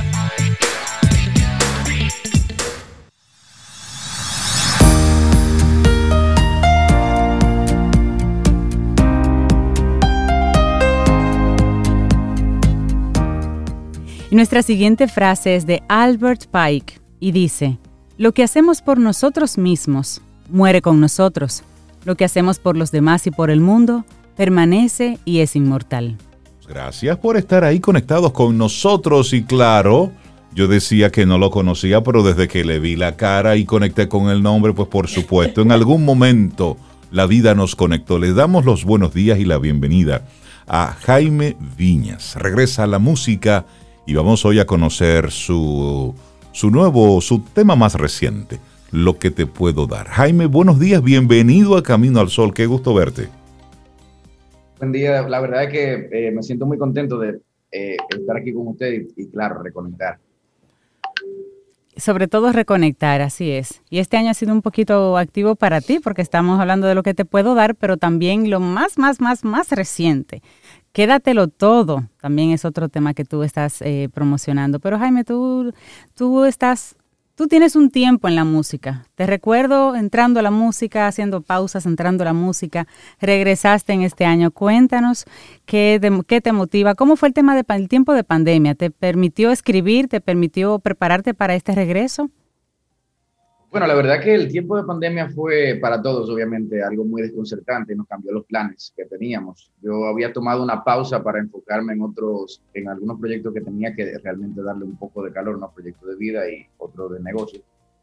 Nuestra siguiente frase es de Albert Pike y dice: lo que hacemos por nosotros mismos muere con nosotros. Lo que hacemos por los demás y por el mundo permanece y es inmortal. Gracias por estar ahí conectados con nosotros. Y claro, yo decía que no lo conocía, pero desde que le vi la cara y conecté con el nombre, pues por supuesto, en algún momento la vida nos conectó. Les damos los buenos días y la bienvenida a Jaime Viñas. Regresa a la música. Y vamos hoy a conocer su, su nuevo, su tema más reciente, Lo que te puedo dar. Jaime, buenos días, bienvenido a Camino al Sol, qué gusto verte. Buen día, la verdad es que eh, me siento muy contento de eh, estar aquí con usted y, y claro, reconectar. Sobre todo reconectar, así es. Y este año ha sido un poquito activo para ti porque estamos hablando de lo que te puedo dar, pero también lo más, más, más, más reciente. Quédatelo todo, también es otro tema que tú estás eh, promocionando. Pero Jaime, tú, tú estás, tú tienes un tiempo en la música. Te recuerdo entrando a la música, haciendo pausas, entrando a la música. Regresaste en este año. Cuéntanos qué te, qué te motiva. ¿Cómo fue el tema del tiempo de pandemia? ¿Te permitió escribir? ¿Te permitió prepararte para este regreso? Bueno, la verdad que el tiempo de pandemia fue para todos, obviamente, algo muy desconcertante. Nos cambió los planes que teníamos. Yo había tomado una pausa para enfocarme en otros, en algunos proyectos que tenía que realmente darle un poco de calor, unos proyectos de vida y otro de negocio.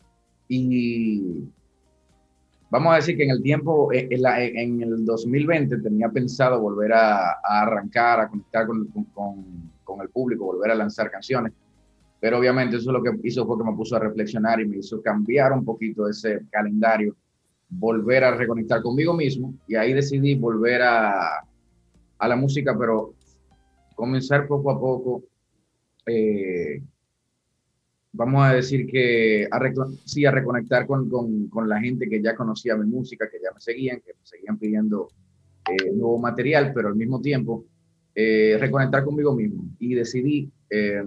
Y vamos a decir que en el tiempo, en, la, en el dos mil veinte tenía pensado volver a, a arrancar, a conectar con, con, con el público, volver a lanzar canciones. Pero obviamente eso lo que hizo fue que me puso a reflexionar y me hizo cambiar un poquito ese calendario, volver a reconectar conmigo mismo y ahí decidí volver a, a la música, pero comenzar poco a poco, eh, vamos a decir que a, sí, a reconectar con, con, con la gente que ya conocía mi música, que ya me seguían, que me seguían pidiendo eh, nuevo material, pero al mismo tiempo eh, reconectar conmigo mismo. Y decidí eh,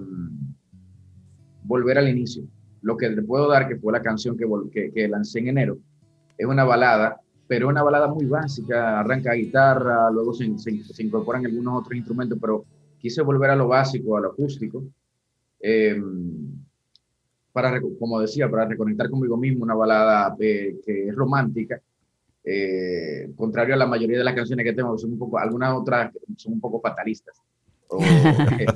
volver al inicio. Lo que te puedo dar, que fue la canción que, que, que lancé en enero, es una balada, pero una balada muy básica, arranca guitarra, luego se, se, se incorporan algunos otros instrumentos, pero quise volver a lo básico, a lo acústico, eh, para, como decía, para reconectar conmigo mismo, una balada eh, que es romántica, eh, contrario a la mayoría de las canciones que tengo, son un poco, algunas otras son un poco fatalistas, o, eh,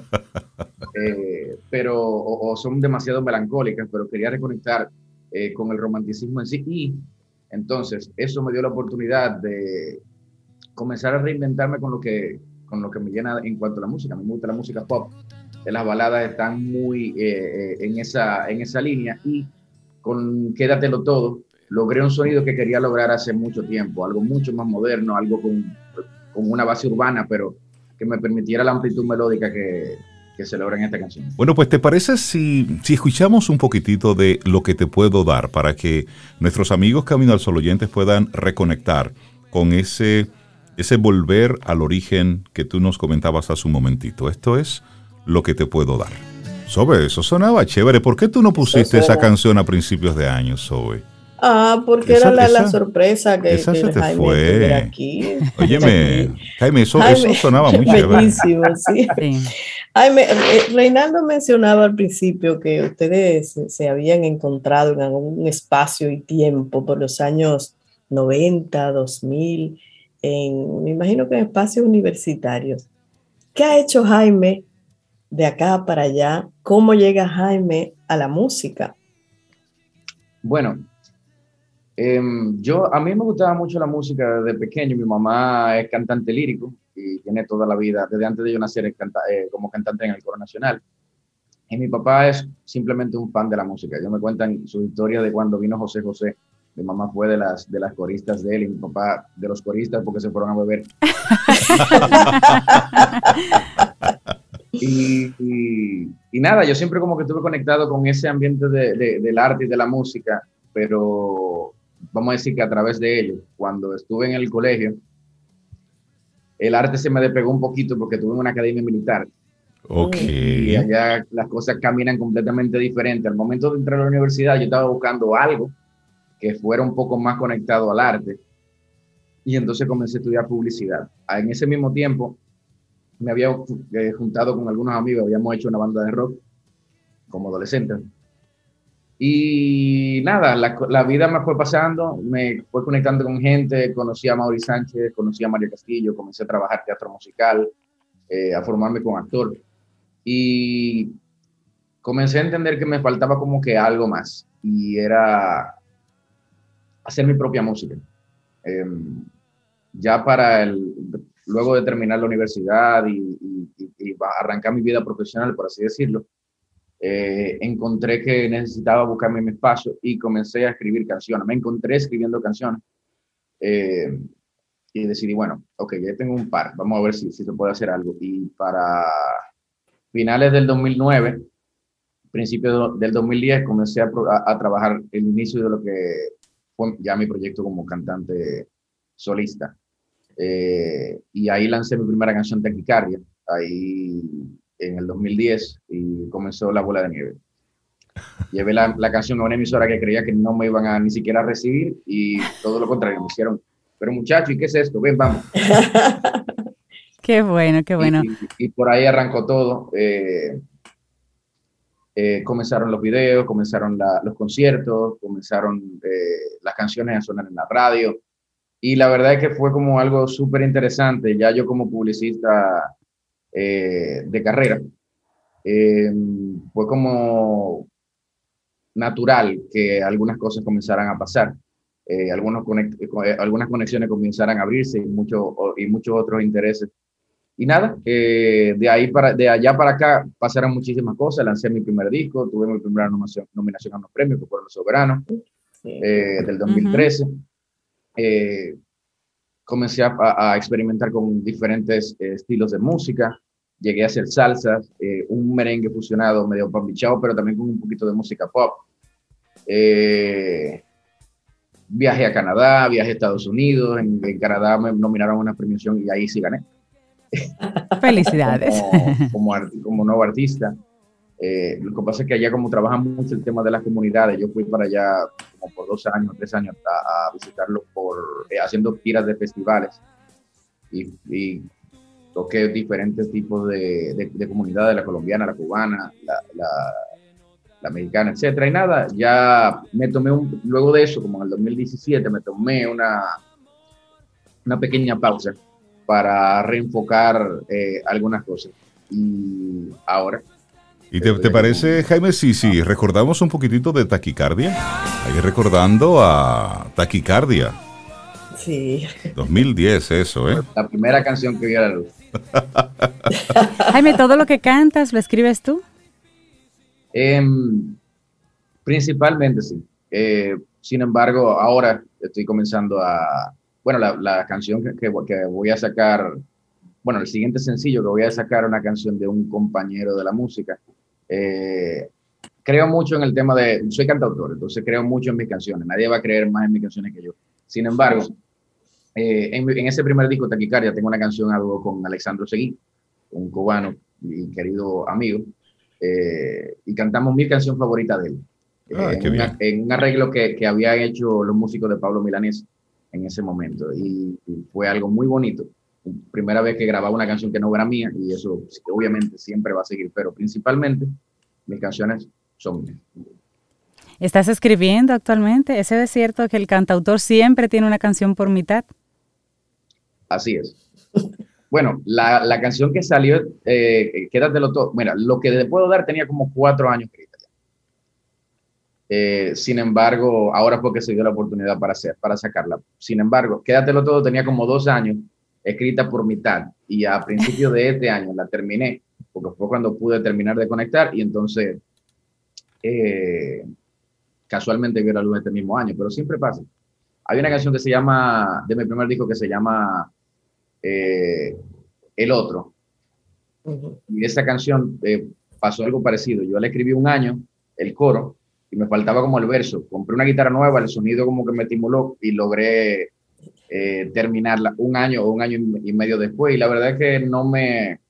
eh, pero, o, o son demasiado melancólicas, pero quería reconectar eh, con el romanticismo en sí, y entonces eso me dio la oportunidad de comenzar a reinventarme con lo que, con lo que me llena en cuanto a la música. Me gusta la música pop, las baladas están muy eh, en, esa, en esa línea, y con Quédatelo Todo logré un sonido que quería lograr hace mucho tiempo, algo mucho más moderno, algo con, con una base urbana, pero que me permitiera la amplitud melódica que, que se logra en esta canción. Bueno, pues ¿te parece si, si escuchamos un poquitito de Lo que te puedo dar, para que nuestros amigos Camino al Sol oyentes puedan reconectar con ese, ese volver al origen que tú nos comentabas hace un momentito? Esto es Lo que te puedo dar. Sobe, eso sonaba chévere. ¿Por qué tú no pusiste esa canción a principios de año, Sobe? Ah, porque esa, era la, esa, la sorpresa que, esa que se te Jaime fue. Aquí. Óyeme, Jaime, eso, Jaime, eso sonaba muy chévere. Buenísimo, sí. sí. Jaime, eh, Reinaldo mencionaba al principio que ustedes se, se habían encontrado en algún espacio y tiempo por los años noventa, dos mil, en, me imagino que en espacios universitarios. ¿Qué ha hecho Jaime de acá para allá? ¿Cómo llega Jaime a la música? Bueno, eh, yo, a mí me gustaba mucho la música desde pequeño. Mi mamá es cantante lírico y tiene toda la vida, desde antes de yo nacer, canta, eh, como cantante en el coro nacional. Y mi papá es simplemente un fan de la música. Ellos me cuentan su historia de cuando vino José José. Mi mamá fue de las, de las coristas de él y mi papá de los coristas porque se fueron a beber. y, y, y nada, yo siempre como que estuve conectado con ese ambiente de, de, del arte y de la música, pero vamos a decir que a través de ello, cuando estuve en el colegio, el arte se me despegó un poquito porque tuve una academia militar. Okay. Y allá las cosas caminan completamente diferente. Al momento de entrar a la universidad, yo estaba buscando algo que fuera un poco más conectado al arte. Y entonces comencé a estudiar publicidad. En ese mismo tiempo, me había eh, juntado con algunos amigos, habíamos hecho una banda de rock como adolescentes. Y nada, la, la vida me fue pasando, me fue conectando con gente, conocí a Mauri Sánchez, conocí a Mario Castillo, comencé a trabajar teatro musical, eh, a formarme como actor. Y comencé a entender que me faltaba como que algo más, y era hacer mi propia música. Eh, ya para el, luego de terminar la universidad y, y, y arrancar mi vida profesional, por así decirlo, eh, encontré que necesitaba buscarme mi espacio y comencé a escribir canciones. Me encontré escribiendo canciones eh, y decidí, bueno, ok, ya tengo un par, vamos a ver si, si se puede hacer algo. Y para finales del dos mil nueve, principios del dos mil diez, comencé a, a, a trabajar el inicio de lo que fue ya mi proyecto como cantante solista. Eh, y ahí lancé mi primera canción, Taquicardia, ahí en el dos mil diez, y comenzó La Bola de Nieve. Llevé la, la canción a una emisora que creía que no me iban a ni siquiera recibir, y todo lo contrario, me hicieron, pero muchacho, ¿y qué es esto? Ven, vamos. Qué bueno, qué bueno. Y, y, y por ahí arrancó todo. Eh, eh, comenzaron los videos, comenzaron la, los conciertos, comenzaron eh, las canciones a sonar en la radio. Y la verdad es que fue como algo súper interesante. Ya yo como publicista eh, de carrera, eh, fue como natural que algunas cosas comenzaran a pasar. Eh, algunos conect, eh, algunas conexiones comenzaran a abrirse y, mucho, y muchos otros intereses. Y nada, eh, de, ahí para, de allá para acá pasaron muchísimas cosas. Lancé mi primer disco, tuve mi primera nominación, nominación a los premios, que fueron Los Soberanos, eh, del dos mil trece. Uh-huh. Eh, comencé a, a experimentar con diferentes eh, estilos de música. llegué a hacer salsas, eh, un merengue fusionado medio pambichao, pero también con un poquito de música pop. Eh, viajé a Canadá, viajé a Estados Unidos, en, en Canadá me nominaron a una premiación y ahí sí gané. Felicidades. Como, como, como nuevo artista. Eh, lo que pasa es que allá como trabajan mucho el tema de las comunidades, yo fui para allá como por dos años, tres años a, a visitarlo por, eh, haciendo giras de festivales y, y toqué diferentes tipos de, de, de comunidades, la colombiana, la cubana, la, la, la mexicana, etcétera. Y nada, ya me tomé un, luego de eso, como en el dos mil diecisiete, me tomé una, una pequeña pausa para reenfocar eh, algunas cosas. Y ahora... ¿Y te, te parece, Jaime, si sí, sí, recordamos un poquitito de Taquicardia? Ahí recordando a Taquicardia. Sí. dos mil diez, eso, ¿eh? La primera canción que vi a la luz. Jaime, ¿todo lo que cantas lo escribes tú? Eh, principalmente sí. Eh, sin embargo, ahora estoy comenzando a... Bueno, la, la canción que, que, que voy a sacar... Bueno, el siguiente sencillo que voy a sacar, una canción de un compañero de la música. Eh, creo mucho en el tema de... Soy cantautor, entonces creo mucho en mis canciones. Nadie va a creer más en mis canciones que yo. Sin embargo, eh, en, en ese primer disco, Taquicardia, tengo una canción a dúo con Alexandro Seguí, un cubano y querido amigo, eh, y cantamos mi canción favorita de él. Ah, eh, en, una, en un arreglo que, que había hecho los músicos de Pablo Milanés en ese momento. Y, y fue algo muy bonito. Primera vez que grababa una canción que no era mía, y eso obviamente siempre va a seguir, pero principalmente mis canciones son mías. ¿Estás escribiendo actualmente? ¿Es es cierto que el cantautor siempre tiene una canción por mitad? Así es. Bueno, la, la canción que salió, eh, Quédatelo Todo, mira, lo que le puedo dar tenía como cuatro años escrita ya. Eh, sin embargo, ahora porque se dio la oportunidad para, hacer, para sacarla. Sin embargo, Quédatelo Todo tenía como dos años escrita por mitad, y a principios de este año la terminé, porque fue cuando pude terminar de conectar, y entonces eh, casualmente vio la luz este mismo año, pero siempre pasa. Hay una canción que se llama, de mi primer disco, que se llama eh, El Otro, uh-huh. Y esa canción eh, pasó algo parecido. Yo la escribí un año, el coro, y me faltaba como el verso. Compré una guitarra nueva, el sonido como que me estimuló y logré Eh, terminarla un año o un año y medio después, y la verdad es que no me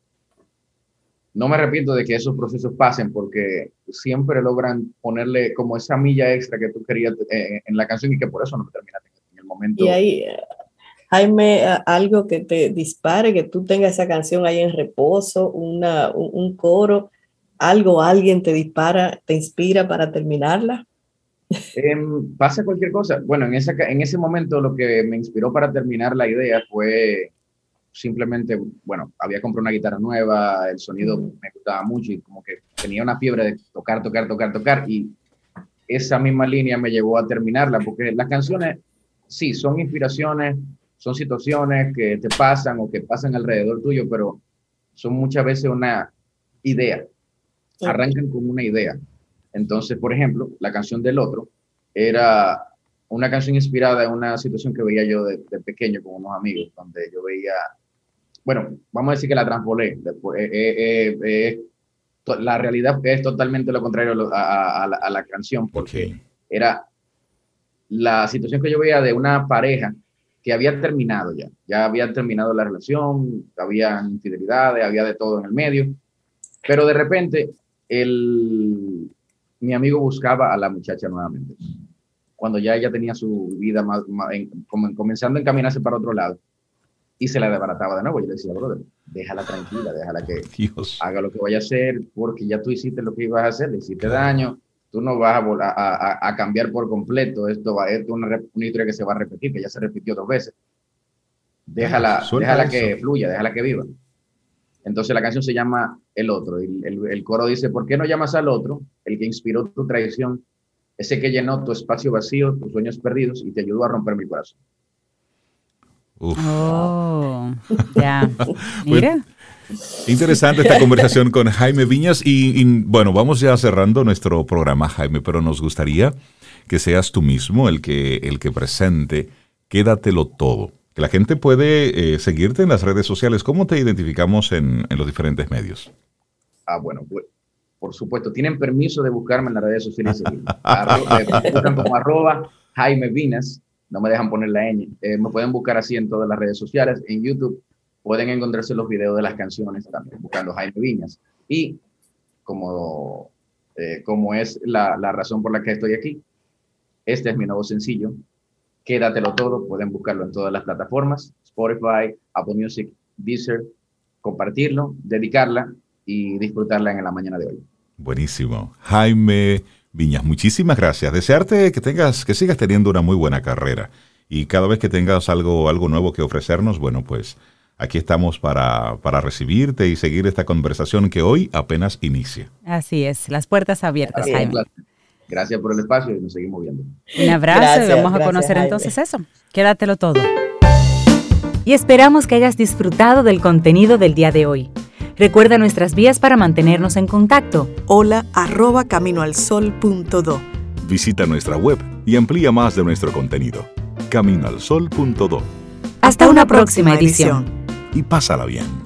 no me arrepiento de que esos procesos pasen, porque siempre logran ponerle como esa milla extra que tú querías eh, en la canción, y que por eso no me terminaste en el momento. Y ahí, Jaime, algo que te dispare, que tú tengas esa canción ahí en reposo, una, un, un coro, algo, alguien te dispara, te inspira para terminarla. Eh, pasa cualquier cosa. Bueno, en, esa, en ese momento lo que me inspiró para terminar la idea fue simplemente, bueno, había comprado una guitarra nueva, el sonido me gustaba mucho y como que tenía una fiebre de tocar, tocar, tocar, tocar, y esa misma línea me llevó a terminarla, porque las canciones, sí, son inspiraciones, son situaciones que te pasan o que pasan alrededor tuyo, pero son muchas veces una idea, arrancan con una idea. Entonces, por ejemplo, la canción del Otro era una canción inspirada en una situación que veía yo de, de pequeño con unos amigos, donde yo veía, bueno, vamos a decir que la transpolé. Después, eh, eh, eh, to, la realidad es totalmente lo contrario a, a, a, la, a la canción, porque okay. Era la situación que yo veía de una pareja que había terminado ya, ya había terminado la relación, había infidelidades, había de todo en el medio, pero de repente el... mi amigo buscaba a la muchacha nuevamente, cuando ya ella tenía su vida más, más en, comenzando a encaminarse para otro lado, y se la desbarataba de nuevo. Yo le decía, brother, déjala tranquila, déjala que Dios. haga lo que vaya a hacer, porque ya tú hiciste lo que ibas a hacer, le hiciste daño, tú no vas a, a, a, a cambiar por completo, esto, va, esto es una, una historia que se va a repetir, que ya se repitió dos veces. Déjala, ah, déjala que fluya, déjala que viva. Entonces la canción se llama El Otro, y el, el coro dice, ¿por qué no llamas al otro, el que inspiró tu traición, ese que llenó tu espacio vacío, tus sueños perdidos y te ayudó a romper mi corazón? Uf. Oh, ya. Mira. Pues, interesante esta conversación con Jaime Viñas y, y bueno, vamos ya cerrando nuestro programa, Jaime, pero nos gustaría que seas tú mismo el que, el que presente Quédatelo Todo. que la gente puede eh, seguirte en las redes sociales. ¿Cómo te identificamos en, en los diferentes medios? Ah, bueno, pues, por supuesto, tienen permiso de buscarme en las redes sociales. Arro, me buscan como arroba Jaime Vinas, no me dejan poner la ñ. Eh, me pueden buscar así en todas las redes sociales. En YouTube pueden encontrarse los videos de las canciones también, buscando Jaime Vinas. Y como, eh, como es la, la razón por la que estoy aquí, este es mi nuevo sencillo, Quédatelo Todo. Pueden buscarlo en todas las plataformas, Spotify, Apple Music, Deezer, compartirlo, dedicarla y disfrutarla en la mañana de hoy. Buenísimo. Jaime Viñas, muchísimas gracias. Desearte que tengas, que sigas teniendo una muy buena carrera y cada vez que tengas algo, algo nuevo que ofrecernos, bueno, pues aquí estamos para, para recibirte y seguir esta conversación que hoy apenas inicia. Así es, las puertas abiertas, Gracias, Jaime. Gracias por el espacio y nos seguimos viendo. Un abrazo Gracias, y vamos a gracias, conocer Jaime. entonces eso. Quédatelo todo. Y esperamos que hayas disfrutado del contenido del día de hoy. Recuerda nuestras vías para mantenernos en contacto. Hola arroba caminoalsol punto do. Visita nuestra web y amplía más de nuestro contenido. camino al sol punto do. Hasta una próxima edición. Y pásala bien.